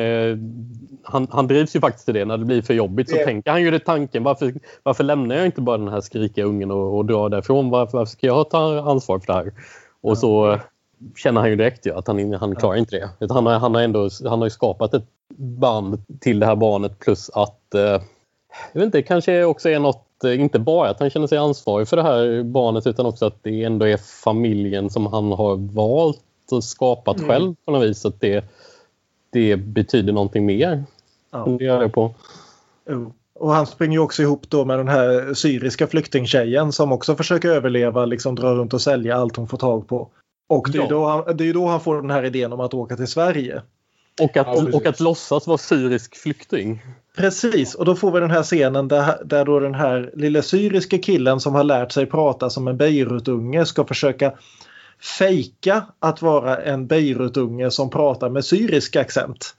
han drivs ju faktiskt till det. När det blir för jobbigt så tänker han ju det tanken. Varför lämnar jag inte bara den här skrikiga ungen och drar därifrån? Varför ska jag ta ansvar för det här? Och så känner han ju direkt att han klarar inte det. Han har ju skapat ett band till det här barnet. Plus att, jag vet inte, kanske också är något inte bara att han känner sig ansvarig för det här barnet, utan också att det ändå är familjen som han har valt och skapat själv på något vis. Att det betyder någonting mer. Ja. Det gör det på. Och han springer ju också ihop då med den här syriska flyktingtjejen som också försöker överleva, liksom dra runt och sälja allt hon får tag på. Och det är ju då han får den här idén om att åka till Sverige. Och att låtsas vara syrisk flykting. Precis, och då får vi den här scenen där då den här lilla syriska killen som har lärt sig prata som en Beirutunge ska försöka fejka att vara en Beirutunge som pratar med syrisk accent.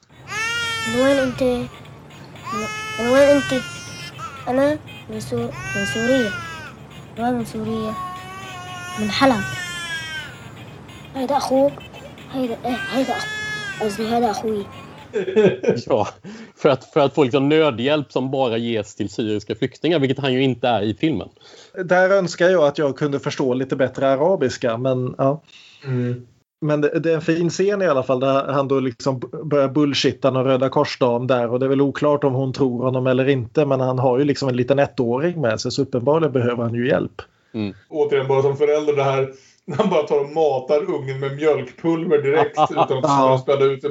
أنا من سوريا من سوريا من حلب هيدا أخوك هيدا قصدي هذا أخوي. Ja, för att få liksom nödhjälp som bara ges till syriska flyktingar, vilket han ju inte är i filmen. Där önskar jag att jag kunde förstå lite bättre arabiska, men ja. Men det är en fin scen i alla fall där han då liksom börjar bullshitta någon Röda Korsdam där, och det är väl oklart om hon tror honom eller inte, men han har ju liksom en liten 1-åring med sig, så uppenbarligen behöver han ju hjälp. Återigen bara som förälder det här, han bara tar och matar ungen med mjölkpulver direkt utan att kunna späda ut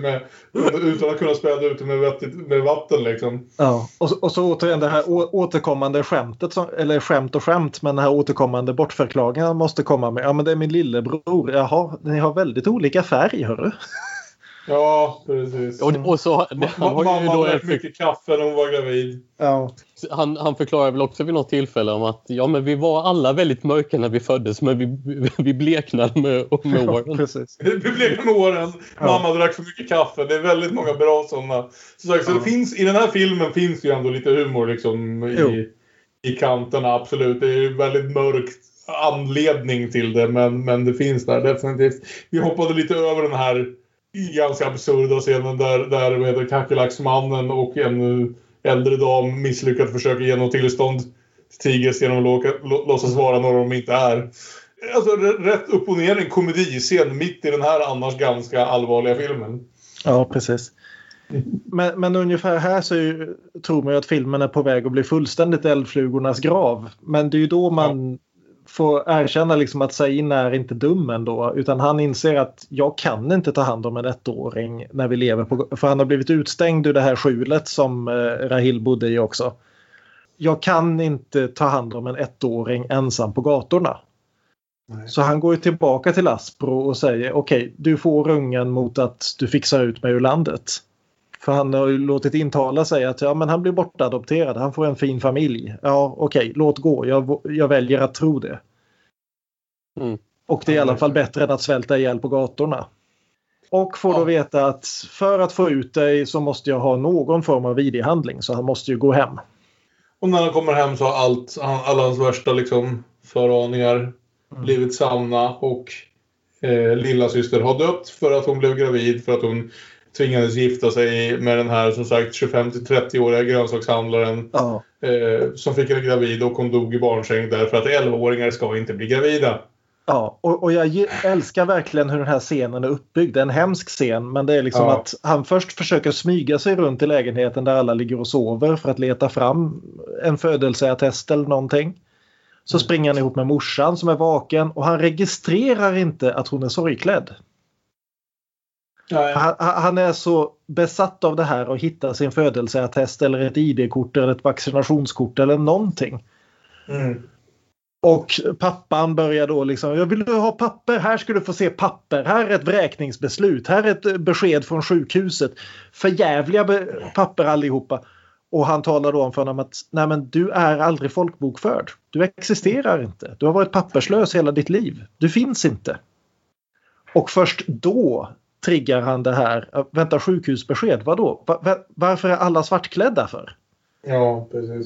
det med vatten liksom. Ja, och så återigen det här återkommande skämtet, eller skämt, men den här återkommande bortförklaringen han måste komma med. Ja, men det är min lillebror. Jaha, ni har väldigt olika färg, hörru. Ja, precis. Och så, mamma drack mycket kaffe när hon var gravid. Ja. Han förklarar väl också vid något tillfälle om att men vi var alla väldigt mörka när vi föddes, men vi bleknade med åren. Ja, precis. Vi bleknade med åren. Mamma drack för mycket kaffe. Det är väldigt många bra sådana. Så det finns, i den här filmen finns ju ändå lite humor liksom i kanterna, absolut. Det är ju väldigt mörkt anledning till det, men det finns där definitivt. Vi hoppade lite över den här ganska absurda scenen där kackerlacksmannen och en äldre dam misslyckat försöka ge något tillstånd till Tigers genom att låtsas vara några de inte är. Alltså rätt upp och ner en komediscen mitt i den här annars ganska allvarliga filmen. Ja, precis. Men ungefär här så tror man ju att filmen är på väg att bli fullständigt Eldflugornas grav. Men det är ju då man får erkänna liksom att Zayn är inte dum ändå, utan han inser att jag kan inte ta hand om en 1-åring när vi lever på, för han har blivit utstängd ur det här skjulet som Rahil bodde i också. Jag kan inte ta hand om en 1-åring ensam på gatorna. Nej. Så han går ju tillbaka till Aspro och säger okej, du får ungen mot att du fixar ut mig ur landet. För han har ju låtit intala sig att men han blir bortadopterad. Han får en fin familj. Ja, okej, låt gå. Jag väljer att tro det. Och det är i alla fall bättre än att svälta ihjäl på gatorna. Och får då veta att för att få ut dig så måste jag ha någon form av ID-handling. Så han måste ju gå hem. Och när han kommer hem så har alla hans värsta liksom, föraningar blivit sanna. Och lilla syster har dött för att hon blev gravid. För att hon tvingades gifta sig med den här som sagt 25-30-åriga grönsakshandlaren som fick en gravid, och hon dog i barnsäng därför att 11-åringar ska inte bli gravida. Ja, och jag älskar verkligen hur den här scenen är uppbyggd. Det är en hemsk scen, men det är liksom att han först försöker smyga sig runt i lägenheten där alla ligger och sover för att leta fram en födelseattest eller någonting. Så springer han ihop med morsan som är vaken, och han registrerar inte att hon är sorgklädd. Han är så besatt av det här och hittar sin födelseattest eller ett ID-kort eller ett vaccinationskort eller någonting. Och pappan börjar då liksom, jag vill ha papper, här ska du få se papper, här är ett vräkningsbeslut, här är ett besked från sjukhuset, förjävliga papper allihopa. Och han talar då om för honom att nej, men du är aldrig folkbokförd, du existerar inte, du har varit papperslös hela ditt liv, du finns inte. Och först då triggar han det här. Vänta, sjukhusbesked, vadå? Varför är alla svartklädda för? Ja, precis.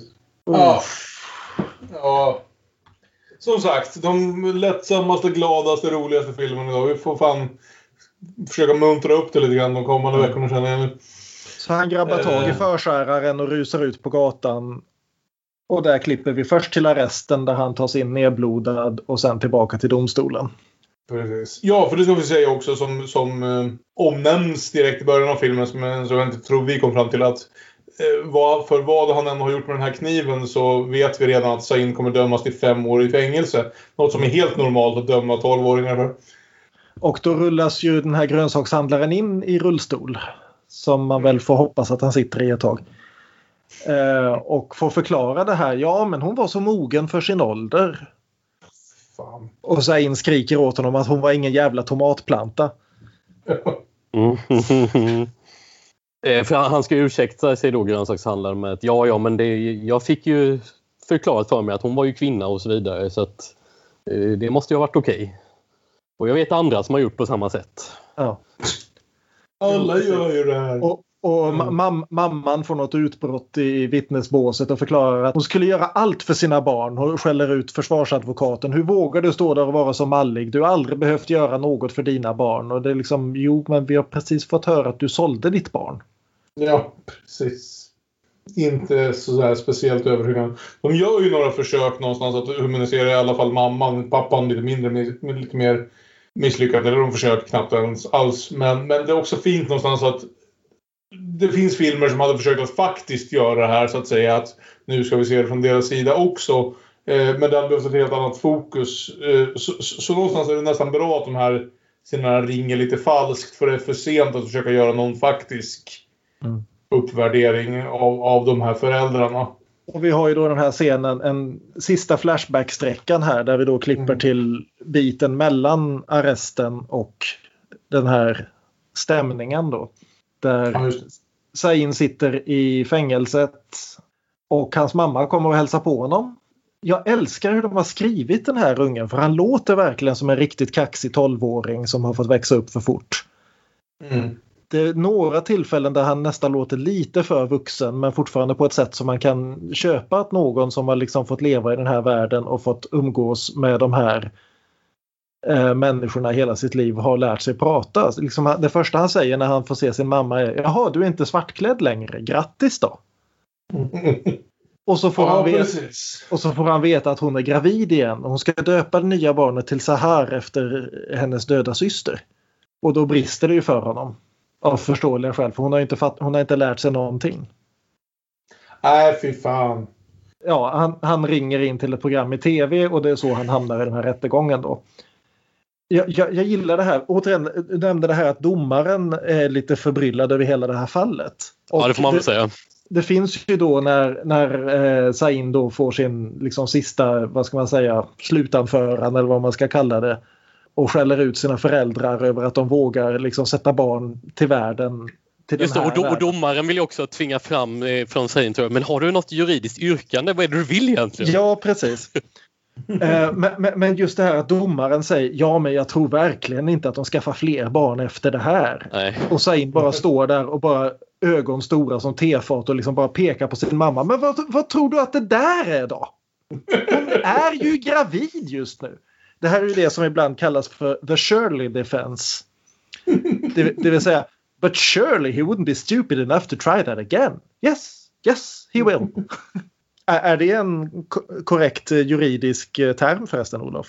Ja. Som sagt, de lättsammaste, gladaste, roligaste filmerna idag. Vi får fan försöka muntra upp det lite grann de kommande veckorna, känner jag nu. Så han grabbar tag i förskäraren och rusar ut på gatan. Och där klipper vi först till arresten där han tas in nedblodad och sen tillbaka till domstolen. Precis. Ja, för det ska vi säga också som omnämns direkt i början av filmen, som jag inte tror vi kom fram till, att för vad han än har gjort med den här kniven så vet vi redan att Zain kommer dömas till 5 år i fängelse. Något som är helt normalt att döma 12-åringar för. Och då rullas ju den här grönsakshandlaren in i rullstol. Som man väl får hoppas att han sitter i ett tag. Och får förklara det här. Ja, men hon var så mogen för sin ålder. Fan. Och Zain skriker åt honom att hon var ingen jävla tomatplanta. För han ska ursäkta sig då, grönsakshandlaren, med att ja men jag fick ju förklarat för mig att hon var ju kvinna och så vidare, så att det måste ju ha varit okej. Och jag vet andra som har gjort på samma sätt. Ja. Alla gör ju det här. Och mamman får något utbrott i vittnesbåset och förklarar att hon skulle göra allt för sina barn och skäller ut försvarsadvokaten. Hur vågar du stå där och vara så mallig? Du har aldrig behövt göra något för dina barn. Och det är liksom, jo, men vi har precis fått höra att du sålde ditt barn. Ja, precis. Inte så där speciellt överhuvudtaget. De gör ju några försök någonstans att humanisera i alla fall mamman. Pappan lite mer misslyckat. Eller de försöker knappt alls. Men det är också fint någonstans att det finns filmer som hade försökt att faktiskt göra det här, så att säga, att nu ska vi se det från deras sida också. Men det hade behövt ett helt annat fokus. Så någonstans är det nästan bra att de här scenerna ringer lite falskt, för det är för sent att försöka göra någon faktisk uppvärdering av de här föräldrarna. Och vi har ju då den här scenen, en sista flashback-sträckan här, där vi då klipper till biten mellan arresten och den här stämningen då. Där Zain sitter i fängelset och hans mamma kommer och hälsa på honom. Jag älskar hur de har skrivit den här ungen, för han låter verkligen som en riktigt kaxig 12-åring som har fått växa upp för fort. Det är några tillfällen där han nästan låter lite för vuxen, men fortfarande på ett sätt som man kan köpa att någon som har liksom fått leva i den här världen och fått umgås med de här människorna hela sitt liv har lärt sig prata. Liksom, det första han säger när han får se sin mamma är: jaha, du är inte svartklädd längre, grattis då. Och så får han veta att hon är gravid igen och hon ska döpa det nya barnet till Sahar efter hennes döda syster. Och då brister det ju för honom av förståeliga skäl, för hon har inte lärt sig någonting. Nej, fy fan. Ja, han ringer in till ett program i tv och det är så han hamnar i den här rättegången då. Jag gillar det här. Återigen, du nämnde det här att domaren är lite förbryllad över hela det här fallet. Och ja, det får man väl säga. Det finns ju då när Zain då får sin liksom sista, vad ska man säga, slutanförande eller vad man ska kalla det, och skäller ut sina föräldrar över att de vågar liksom sätta barn till världen. Till just det, och domaren vill ju också tvinga fram från Zain, tror jag. Men har du något juridiskt yrkande? Vad är det du vill egentligen? Ja, precis. Men just det här att domaren säger: ja, men jag tror verkligen inte att de skaffar fler barn efter det här. Nej. Och Zain bara står där och bara ögon stora som tefat och liksom bara pekar på sin mamma. Men vad tror du att det där är då? Hon är ju gravid just nu. Det här är ju det som ibland kallas för the Shirley defense. Det vill säga, but surely he wouldn't be stupid enough to try that again. Yes, he will. Är det en korrekt juridisk term förresten, Olof?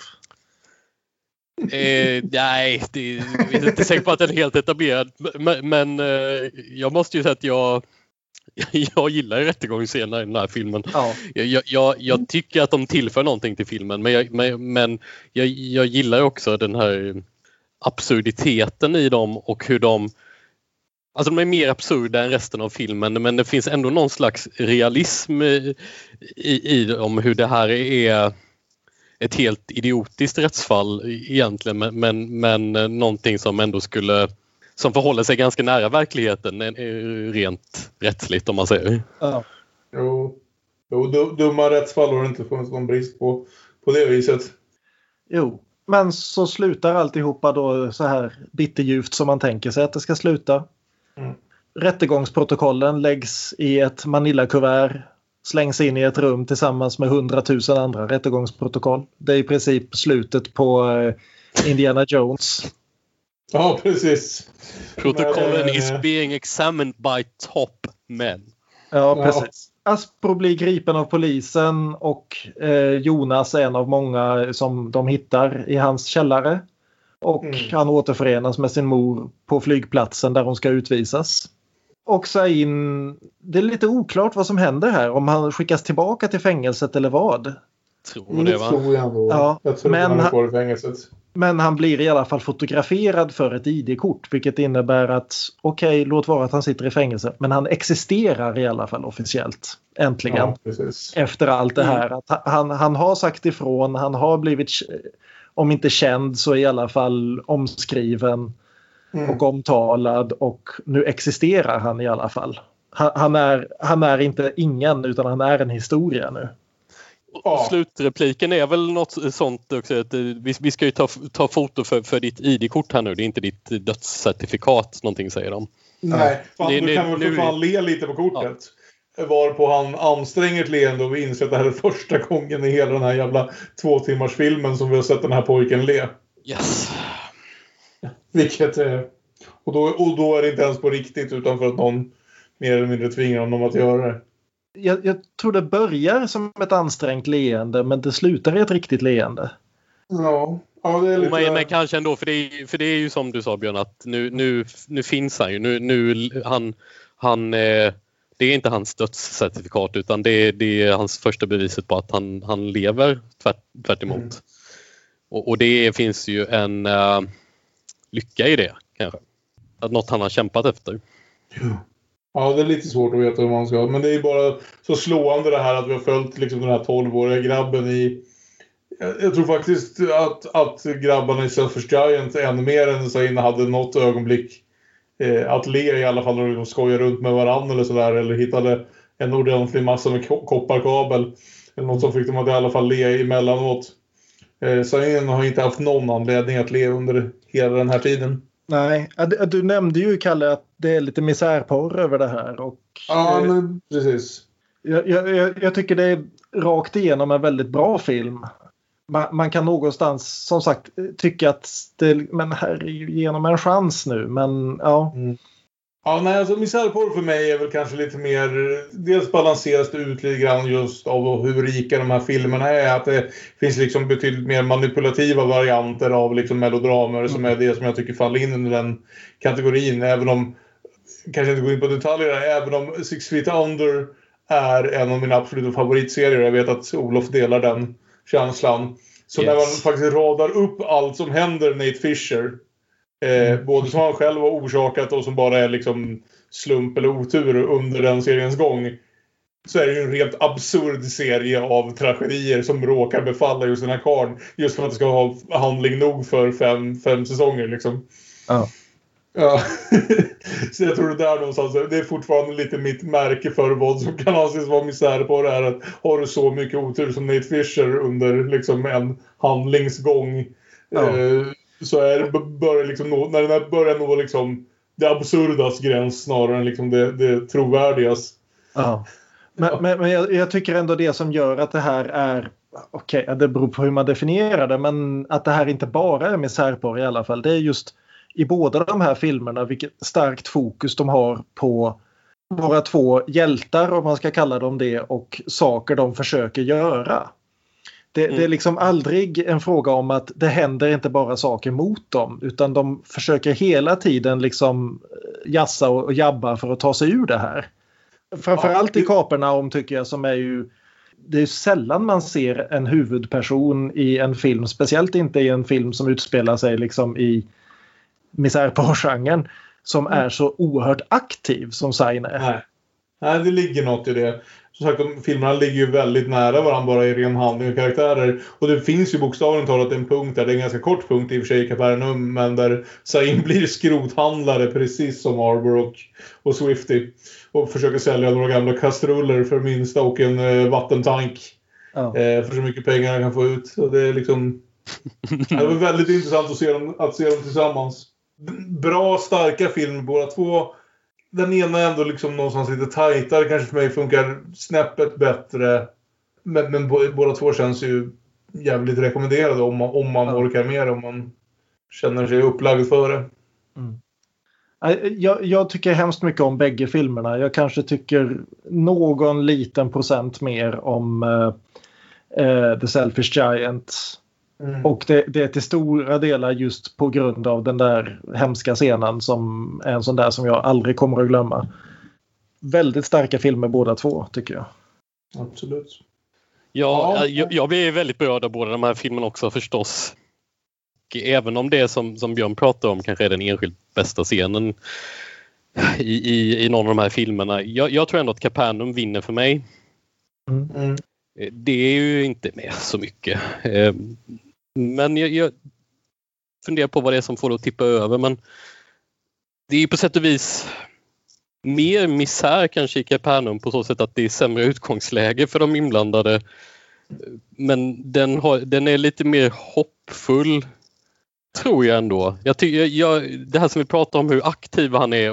Nej, jag är inte säker på att den är helt etablerad. Men jag måste ju säga att jag gillar rättegångsscener i den här filmen. Ja. Jag tycker att de tillför någonting till filmen. Men jag gillar också den här absurditeten i dem och hur de... Alltså de är mer absurda än resten av filmen, men det finns ändå någon slags realism i dem, hur det här är ett helt idiotiskt rättsfall egentligen, men någonting som ändå som förhåller sig ganska nära verkligheten rent rättsligt, om man säger. Ja. Jo, dumma rättsfall har det inte funnits någon brist på det viset. Jo, men så slutar alltihopa då så här bitterljuvt som man tänker sig att det ska sluta. Rättegångsprotokollen läggs i ett Manila-kuvert, slängs in i ett rum tillsammans med 100 000 andra rättegångsprotokoll. Det är i princip slutet på Indiana Jones. Ja, precis. Protokollen is being examined by top men. Ja, precis. Aspro blir gripen av polisen och Jonas är en av många som de hittar i hans källare. Och han återförenas med sin mor på flygplatsen där hon ska utvisas. Och Zayn, det är lite oklart vad som händer här. Om han skickas tillbaka till fängelset eller vad. Tror det, va? Tror jag nog. Ja, jag tror han är kvar i fängelset. Men han blir i alla fall fotograferad för ett ID-kort. Vilket innebär att, okej, låt vara att han sitter i fängelse. Men han existerar i alla fall officiellt. Äntligen. Ja, precis. Efter allt det här. Att han har sagt ifrån. Han har blivit, om inte känd, så i alla fall omskriven. Och omtalad. Och nu existerar han i alla fall. Han är inte ingen, utan han är en historia nu. Och slutrepliken är väl något sånt också, att vi ska ju ta foto för ditt ID-kort här nu, det är inte ditt dödscertifikat, någonting säger de. Nej, du kan väl för fan le lite på kortet. Ja. Varpå han anstränger ett leende och vi inser att det här är första gången i hela den här jävla 2 timmars filmen som vi har sett den här pojken le. Yes. Vilket är... Och då är det inte ens på riktigt, utan för att någon mer eller mindre tvingar honom att göra det. Jag tror det börjar som ett ansträngt leende, men det slutar i ett riktigt leende. Ja, det är lite... Men kanske ändå, för det är ju som du sa, Björn, att nu finns han ju. Det är inte hans dödscertifikat, utan det är hans första beviset på att han lever tvärt emot. Och det finns ju en lycka i det, kanske. Att något han har kämpat efter. Ja, det är lite svårt att veta hur man ska. Men det är bara så slående det här att vi har följt liksom den här 12-åriga grabben i... Jag tror faktiskt att grabbarna i Selfish Giant ännu mer än så inne hade något ögonblick att le i alla fall när de skojar runt med varandra eller sådär. Eller hittade en ordentlig massa med kopparkabel. Eller något som fick dem att i alla fall le emellanåt. Zayn har inte haft någon anledning att le under hela den här tiden. Nej, du nämnde ju, Kalle, att det är lite misärporr över det här. Och, ja, men precis. Jag tycker det är rakt igenom en väldigt bra film. Man kan någonstans, som sagt, tycka att men här är ju genom en chans nu. Men ja... Ja, nej, alltså misärporr för mig är väl kanske lite mer... Dels balanseras det ut lite grann just av hur rika de här filmerna är. Att det finns liksom betydligt mer manipulativa varianter av liksom melodramer som är det som jag tycker faller in under den kategorin. Även om, kanske inte gå in på detaljer, även om Six Feet Under är en av mina absoluta favoritserier. Jag vet att Olof delar den känslan. Så när man faktiskt radar upp allt som händer Nate Fisher... både som han själv har orsakat och som bara är liksom slump eller otur under den seriens gång, så är det ju en rent absurd serie av tragedier som råkar befalla just den här karln, just för att det ska ha handling nog för fem säsonger liksom. Ja. Så jag tror det där någonstans, det är fortfarande lite mitt märke för vad som kan anses vara misär på det här, att har du så mycket otur som Nate Fisher under liksom en handlingsgång, så är det börjar liksom när den här börjar nå liksom det absurdas gräns snarare än liksom det trovärdigas. Ja. Men jag tycker ändå det som gör att det här är okej, det beror på hur man definierar det, men att det här inte bara är misärporr i alla fall, det är just i båda de här filmerna vilket starkt fokus de har på våra 2 hjältar, om man ska kalla dem det, och saker de försöker göra. Det är liksom aldrig en fråga om att det händer inte bara saker mot dem, utan de försöker hela tiden liksom jassa och jabba för att ta sig ur det här. Framförallt i Kapernaum tycker jag, som är ju, det är sällan man ser en huvudperson i en film, speciellt inte i en film som utspelar sig liksom i misärporrgenren, som är så oerhört aktiv som Zayn är. Nej, det ligger något i det. Som sagt, filmerna ligger ju väldigt nära varandra bara i ren handling och karaktärer. Och det finns ju bokstavligt talat en punkt där, det är en ganska kort punkt i och för sig i Kapernaum, men där Zayn blir skrothandlare precis som Arbor och Swifty. Och försöker sälja några gamla kastruller för minsta och en vattentank. För så mycket pengar han kan få ut. Så det är liksom... det var väldigt intressant att se dem tillsammans. Bra, starka filmer båda 2. Den ena är ändå liksom någonstans lite tajtare, kanske för mig funkar snäppet bättre. Men båda 2 känns ju jävligt rekommenderade om man orkar mer, om man känner sig upplagd för det. Jag tycker hemskt mycket om bägge filmerna. Jag kanske tycker någon liten procent mer om The Selfish Giant. Och det är till stora delar just på grund av den där hemska scenen som är en sån där som jag aldrig kommer att glömma. väldigt starka filmer båda två, tycker jag. Absolut. Ja, jag blir väldigt berörd av båda de här filmerna också förstås. Och även om det som Björn pratar om kanske är den enskilt bästa scenen i någon av de här filmerna. Jag tror ändå att Capernaum vinner för mig. Det är ju inte med så mycket. Men jag funderar på vad det är som får det att tippa över. Men det är ju på sätt och vis mer misär kanske i Capernaum på så sätt att det är sämre utgångsläge för de inblandade. Men den är lite mer hoppfull, tror jag ändå. Det här som vi pratar om, hur aktiv han är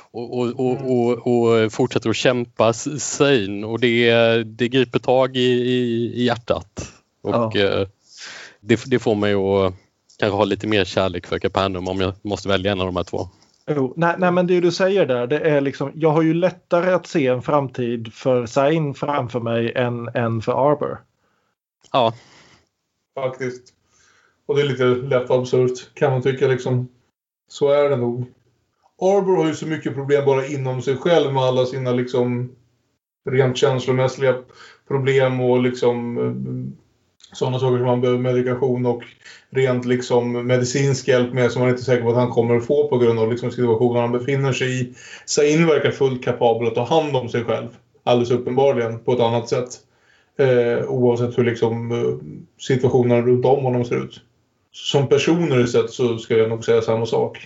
och fortsätter att kämpa sig, och det griper tag i hjärtat. Och det får mig att kanske ha lite mer kärlek för Capernaum om jag måste välja en av de här två. Nej, men det du säger där, det är liksom, jag har ju lättare att se en framtid för Zayn framför mig än för Arbor. Ja. Faktiskt. Och det är lite lätt absurt, kan man tycka liksom. Så är det nog. Arbor har ju så mycket problem bara inom sig själv med alla sina liksom rent känslomässiga problem och liksom sådana saker som man behöver medikation och rent liksom medicinsk hjälp med som man inte är säker på att han kommer att få på grund av liksom situationen han befinner sig i. Zayn verkar fullt kapabel att ta hand om sig själv, alldeles uppenbarligen, på ett annat sätt. Oavsett hur liksom situationen runt om honom ser ut. Som personer sett så ska jag nog säga samma sak.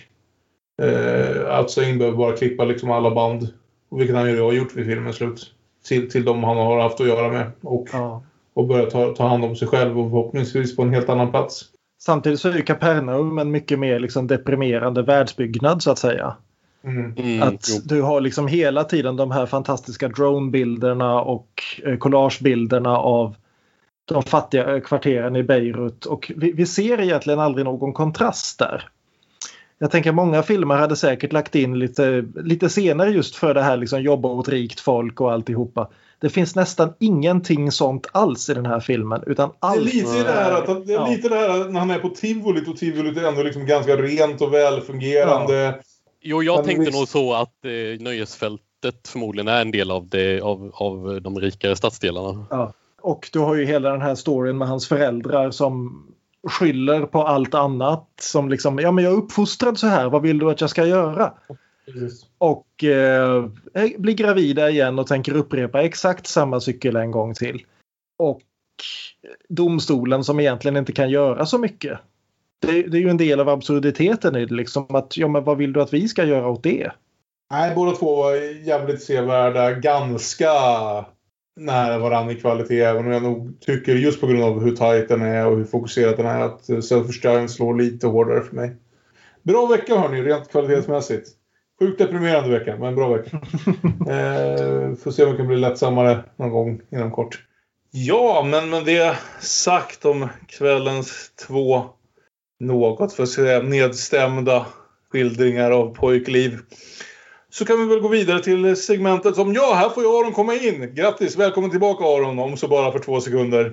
Att Zayn behöver bara klippa liksom alla band, vilket han ju har gjort vid filmens slut, till de han har haft att göra med och börja ta hand om sig själv och förhoppningsvis på en helt annan plats. Samtidigt så är ju Capernaum en mycket mer liksom deprimerande världsbyggnad, så att säga. Att du har liksom hela tiden de här fantastiska dronebilderna och collagebilderna av de fattiga kvarteren i Beirut, och vi ser egentligen aldrig någon kontrast där. Jag tänker många filmer hade säkert lagt in lite senare just för det här liksom jobba åt rikt folk och alltihopa. Det finns nästan ingenting sånt alls i den här filmen, utan allt. Det är lite det här när han är på tivolit, och tivolit är ändå liksom ganska rent och välfungerande. Ja. Jo, jag tänkte nog så att nöjesfältet förmodligen är en del av de rikare stadsdelarna. Ja. Och du har ju hela den här storyn med hans föräldrar som skyller på allt annat, som liksom, ja men jag är uppfostrad så här, vad vill du att jag ska göra? Precis. Och blir gravida igen och tänker upprepa exakt samma cykel en gång till. Och domstolen som egentligen inte kan göra så mycket. Det är ju en del av absurditeten i det, liksom, att ja men vad vill du att vi ska göra åt det? Nej, båda två var jävligt sevärda, ganska nära varandra i kvalitet, även om jag nog tycker just på grund av hur tajt den är och hur fokuserad den är att Self-Stein slår lite hårdare för mig. Bra vecka hörni, rent kvalitetsmässigt. Sjukt deprimerande vecka, men bra vecka. Får se om det kan bli lättsammare någon gång inom kort. Ja, men med det sagt om kvällens två något för att säga nedstämda skildringar av pojkliv, så kan vi väl gå vidare till segmentet som här får ju Aron komma in. Grattis, välkommen tillbaka Aron, om så bara för 2 sekunder.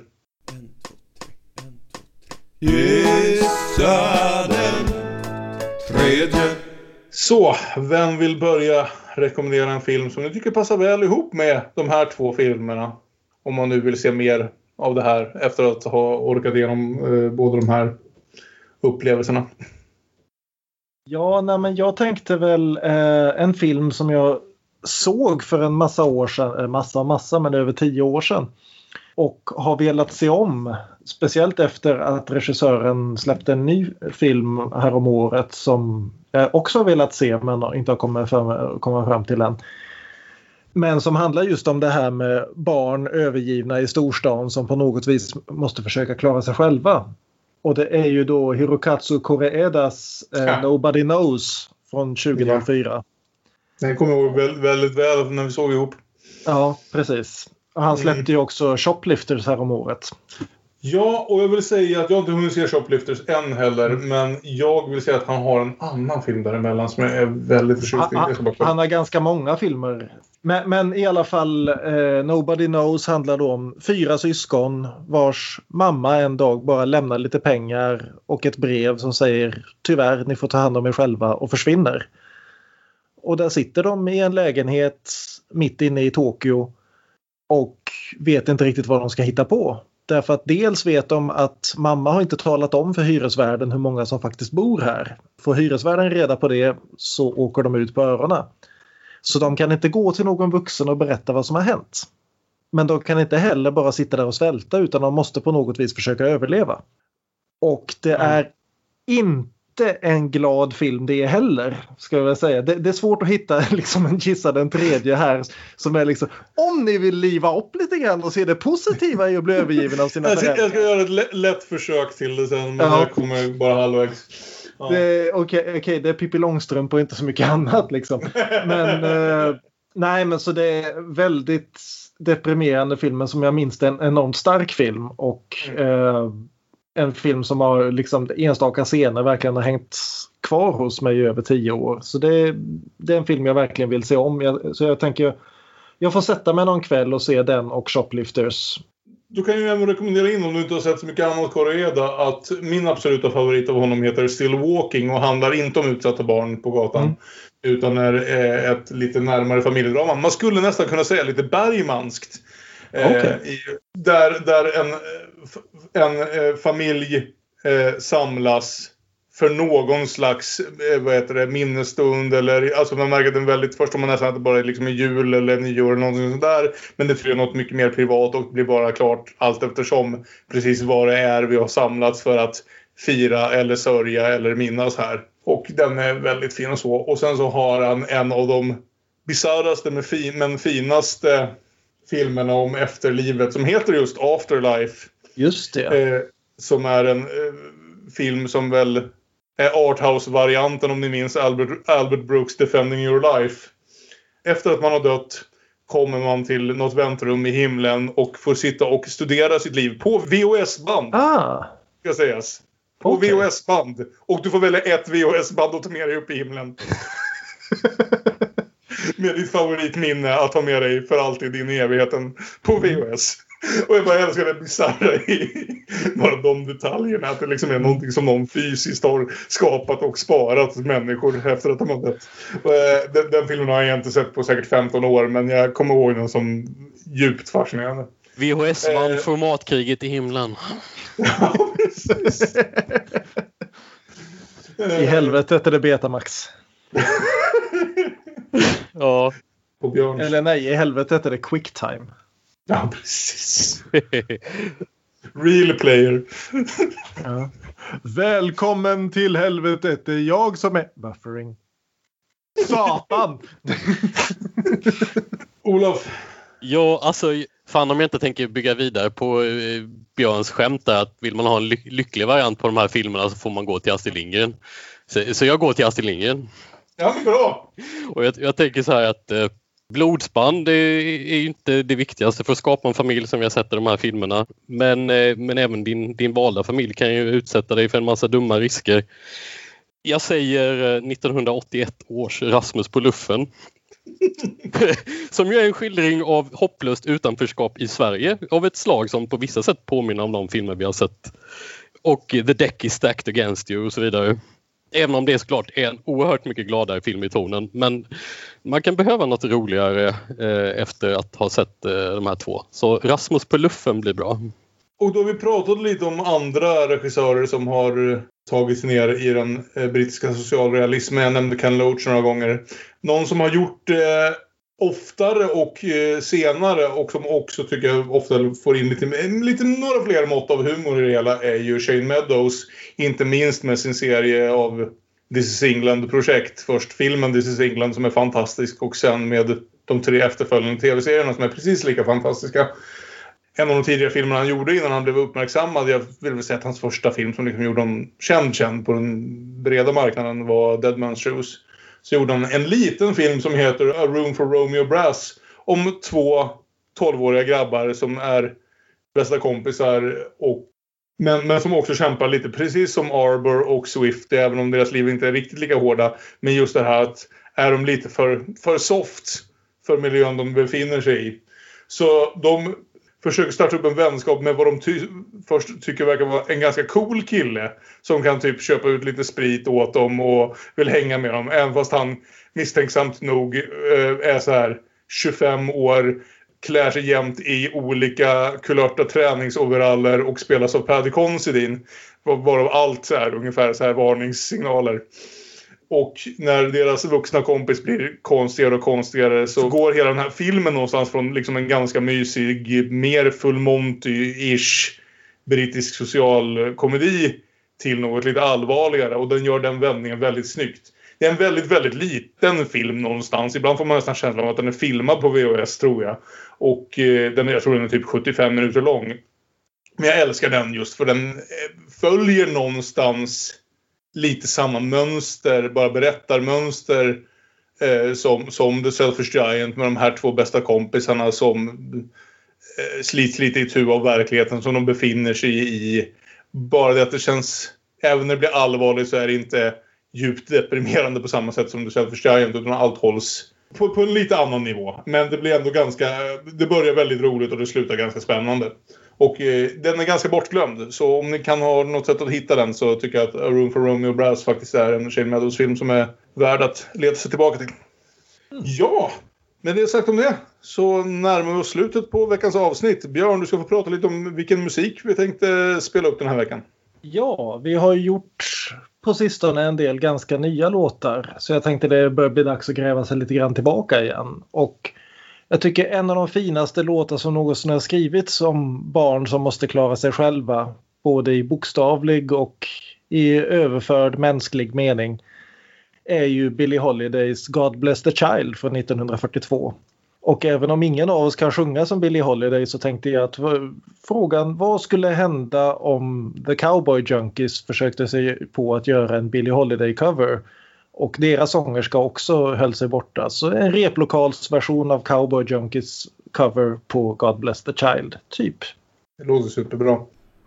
Gissa den tredje. Så, vem vill börja rekommendera en film som ni tycker passar väl ihop med de här 2 filmerna? Om man nu vill se mer av det här efter att ha orkat igenom båda de här upplevelserna. Ja, nej, men jag tänkte väl en film som jag såg för en massa år sedan, men över 10 år sedan. Och har velat se om, speciellt efter att regissören släppte en ny film här om året som jag också har velat se men inte har kommit fram till än. Men som handlar just om det här med barn övergivna i storstan som på något vis måste försöka klara sig själva. Och det är ju då Hirokazu Koreedas Nobody Knows från 2004. Ja. Den kommer jag ihåg väldigt väl när vi såg ihop. Ja, precis. Och han släppte ju också Shoplifters här om året. Ja, och jag vill säga att jag inte hunnit se Shoplifters än heller. Men jag vill säga att han har en annan film däremellan som jag är väldigt förtjust i. Han har ganska många filmer. Men i alla fall, Nobody Knows handlar då om 4 syskon vars mamma en dag bara lämnar lite pengar och ett brev som säger tyvärr, ni får ta hand om er själva, och försvinner. Och där sitter de i en lägenhet mitt inne i Tokyo och vet inte riktigt vad de ska hitta på. Därför att dels vet de att mamma har inte talat om för hyresvärden hur många som faktiskt bor här. Får hyresvärden reda på det så åker de ut på öronen. Så de kan inte gå till någon vuxen och berätta vad som har hänt. Men de kan inte heller bara sitta där och svälta utan de måste på något vis försöka överleva. Och det är inte en glad film det heller, ska jag väl säga. Det är svårt att hitta liksom en gissa den tredje här som är liksom, om ni vill liva upp lite grann och se det positiva i att bli övergiven av sina föräldrar. Jag ska göra ett lätt försök till det sen, men jag kommer bara halvvägs. Ja. Okej, det är Pippi Långstrump och inte så mycket annat liksom. Men nej, men så det är väldigt deprimerande filmen som jag minns, en enormt stark film och en film som har liksom enstaka scener verkligen har hängt kvar hos mig i över 10 år. Så det är en film jag verkligen vill se om. Så jag tänker jag får sätta mig någon kväll och se den och Shoplifters. Du kan ju även rekommendera in, om du inte har sett så mycket annat Koreeda, att min absoluta favorit av honom heter Still Walking och handlar inte om utsatta barn på gatan utan är ett lite närmare familjedrama. Man skulle nästan kunna säga lite Bergmanskt. Där en familj samlas för någon slags minnesstund eller alltså man märker att den väldigt först om man nästan att det bara är liksom jul eller nyår eller någonting sånt där, men det blir något mycket mer privat och blir bara klart allt eftersom precis vad det är vi har samlats för att fira eller sörja eller minnas här. Och den är väldigt fin och så. Och sen så har han en av de bizarraste men finaste filmerna om efterlivet som heter just Afterlife. Just det. Som är en film som väl är arthouse-varianten, om ni minns Albert Brooks Defending Your Life. Efter att man har dött kommer man till något väntrum i himlen och får sitta och studera sitt liv på VHS-band. Ska sägas. På VHS-band. Och du får välja ett VHS-band och ta med dig upp i himlen. Med ditt favoritminne att ha med dig för alltid in i evigheten på VHS. Och jag bara älskar det bizarra i bara de detaljerna. Att det liksom är någonting som någon fysiskt har skapat och sparat människor efter att de har dött. Den filmen har jag inte sett på säkert 15 år. Men jag kommer ihåg den som djupt fascinerande. VHS vann formatkriget i himlen. Ja, precis. I helvetet är det Betamax. Ja. Eller nej, i helvetet är det QuickTime. Ja, precis. Real player. Ja. Välkommen till helvetet. Det är jag som är buffering. Satan! Olof. Ja, alltså fan om jag inte tänker bygga vidare på Björns skämt där, att vill man ha en lycklig variant på de här filmerna så får man gå till Astrid Lindgren. Så jag går till Astrid Lindgren. Ja, bra. Och jag tänker så här att blodsband är ju inte det viktigaste för att skapa en familj som jag sett i de här filmerna. Men även din valda familj kan ju utsätta dig för en massa dumma risker. Jag säger 1981 års Rasmus på luffen. Som ju är en skildring av hopplöst utanförskap i Sverige. Av ett slag som på vissa sätt påminner om de filmer vi har sett. Och The Deck is Stacked Against You och så vidare. Även om det såklart är en oerhört mycket gladare film i tonen. Men man kan behöva något roligare efter att ha sett de här två. Så Rasmus på luffen blir bra. Och då har vi pratat lite om andra regissörer som har tagits ner i den brittiska socialrealismen. Jag nämnde Ken Loach några gånger. Någon som har gjort det oftare och senare och som också tycker jag ofta får in lite några fler mått av humor i det hela är ju Shane Meadows. Inte minst med sin serie av This is England-projekt. Först filmen This is England som är fantastisk och sen med de 3 efterföljande tv-serierna som är precis lika fantastiska. En av de tidigare filmerna han gjorde innan han blev uppmärksammad, jag vill väl säga att hans första film som liksom gjorde honom känd på den breda marknaden var Dead Man's Shoes. Så gjorde han en liten film som heter A Room for Romeo Brass om 2 12-åriga grabbar som är bästa kompisar men som också kämpar lite precis som Arbor och Swift, även om deras liv inte är riktigt lika hårda. Men just det här att är de lite för soft för miljön de befinner sig i. Så försöker starta upp en vänskap med vad de först tycker verkar vara en ganska cool kille. Som kan typ köpa ut lite sprit åt dem och vill hänga med dem. Även fast han misstänksamt nog är så här 25 år, klär sig jämt i olika kulörta träningsoveraller och spelas av Paddy Considine. Varav allt så här, ungefär så här varningssignaler. Och när deras vuxna kompis blir konstigare och konstigare så går hela den här filmen någonstans från liksom en ganska mysig, mer Full Monty-ish brittisk socialkomedi till något lite allvarligare. Och den gör den vändningen väldigt snyggt. Det är en väldigt, väldigt liten film någonstans. Ibland får man nästan känslan av att den är filmad på VHS, tror jag. Och jag tror den är typ 75 minuter lång. Men jag älskar den just för den följer någonstans lite samma mönster, bara berättarmönster som The Selfish Giant med de här två bästa kompisarna som slits lite i tur av verkligheten som de befinner sig i. Bara det att det känns, även när det blir allvarligt så är det inte djupt deprimerande på samma sätt som The Selfish Giant, utan allt hålls på en lite annan nivå. Men det blir ändå det börjar väldigt roligt och det slutar ganska spännande. Och den är ganska bortglömd. Så om ni kan ha något sätt att hitta den så tycker jag att A Room for Romeo och Brass faktiskt är en Shane Meadows-film som är värd att leta sig tillbaka till. Ja, med det sagt om det så närmar vi oss slutet på veckans avsnitt. Björn, du ska få prata lite om vilken musik vi tänkte spela upp den här veckan. Ja, vi har gjort på sistone en del ganska nya låtar. Så jag tänkte det börjar bli dags att gräva sig lite grann tillbaka igen. Och jag tycker en av de finaste låtar som någonsin har skrivits om barn som måste klara sig själva. Både i bokstavlig och i överförd mänsklig mening. Är ju Billie Holidays God Bless the Child från 1942. Och även om ingen av oss kan sjunga som Billie Holiday så tänkte jag att frågan vad skulle hända om The Cowboy Junkies försökte sig på att göra en Billie Holiday cover. Och deras sångerska också höll sig borta. Så en replokalsversion av Cowboy Junkies cover på God Bless the Child, typ. Det låter superbra.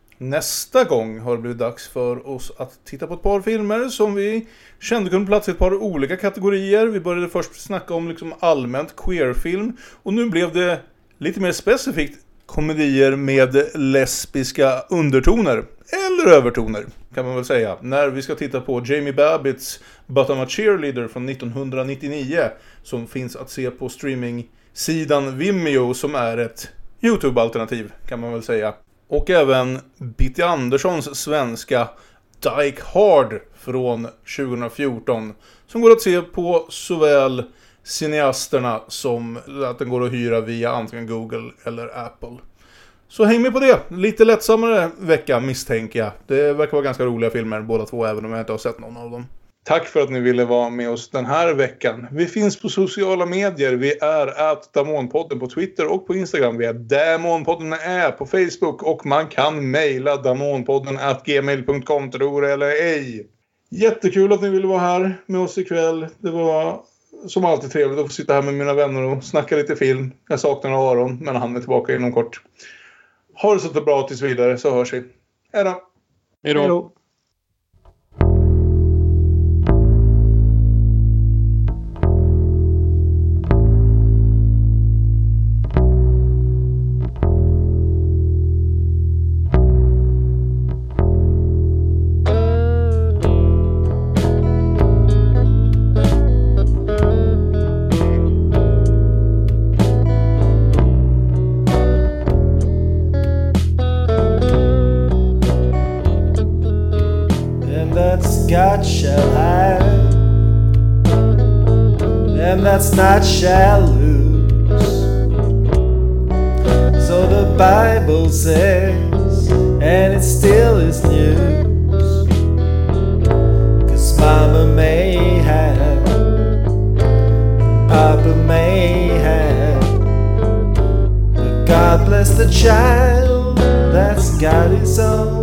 Nästa gång har det blivit dags för oss att titta på ett par filmer som vi kände kunde platsa i ett par olika kategorier. Vi började först snacka om liksom allmänt queerfilm. Och nu blev det lite mer specifikt komedier med lesbiska undertoner. Eller övertoner kan man väl säga. När vi ska titta på Jamie Babbitts But I'm a Cheerleader från 1999. Som finns att se på streaming-sidan Vimeo som är ett YouTube-alternativ kan man väl säga. Och även Bitty Anderssons svenska Die Hard från 2014. Som går att se på såväl cineasterna som att den går att hyra via antingen Google eller Apple. Så häng med på det. Lite lättsammare vecka misstänker jag. Det verkar vara ganska roliga filmer båda två även om jag inte har sett någon av dem. Tack för att ni ville vara med oss den här veckan. Vi finns på sociala medier. Vi är @Damonpodden på Twitter och på Instagram. Vi är Damonpodden på Facebook och man kan mejla damonpodden@gmail.com, tror eller ej. Jättekul att ni ville vara här med oss ikväll. Det var som alltid trevligt att få sitta här med mina vänner och snacka lite film. Jag saknar Aron, men han är tillbaka inom kort. Ha det så bra tills vidare så hörs vi. Hej då! Hej då! God shall have, and that's not shall lose. So the Bible says, and it still is news. 'Cause Mama may have, and Papa may have, but God bless the child that's got his own.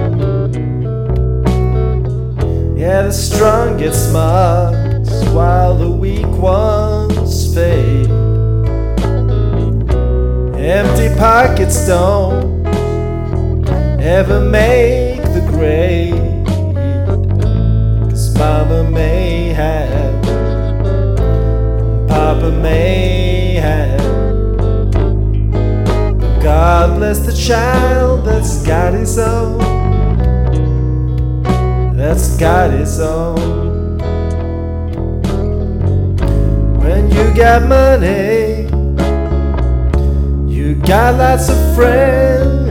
Yeah, the strong get smart while the weak ones fade. Empty pockets don't ever make the grade. 'Cause Mama may have, and Papa may have, but God bless the child that's got his own. That's got his own. When you got money, you got lots of friends.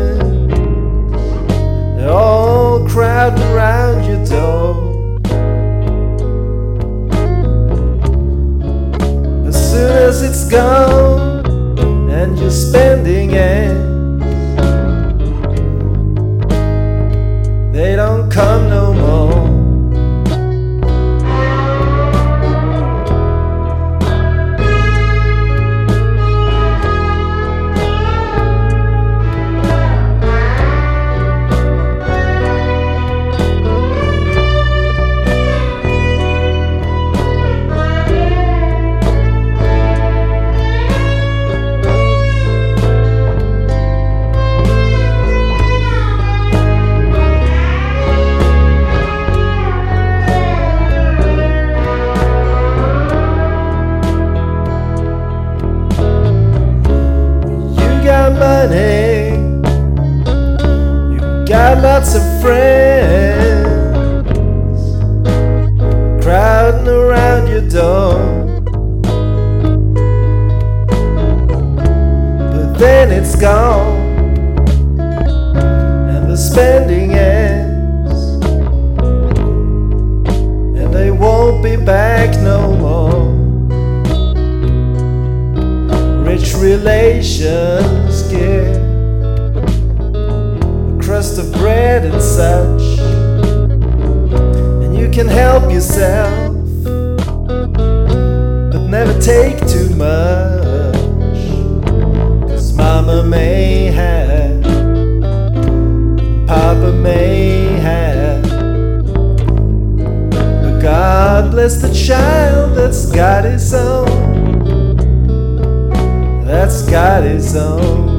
They're all crowding around your door. As soon as it's gone and you're spending it, they don't come no more. Money, you got lots of friends crowding around your door. But then it's gone and the spending ends, and they won't be back no more. Rich relations give a crust of bread and such, and you can help yourself, but never take too much, 'cause Mama may have, Papa may have, but God bless the child that's got his own. That's got his own.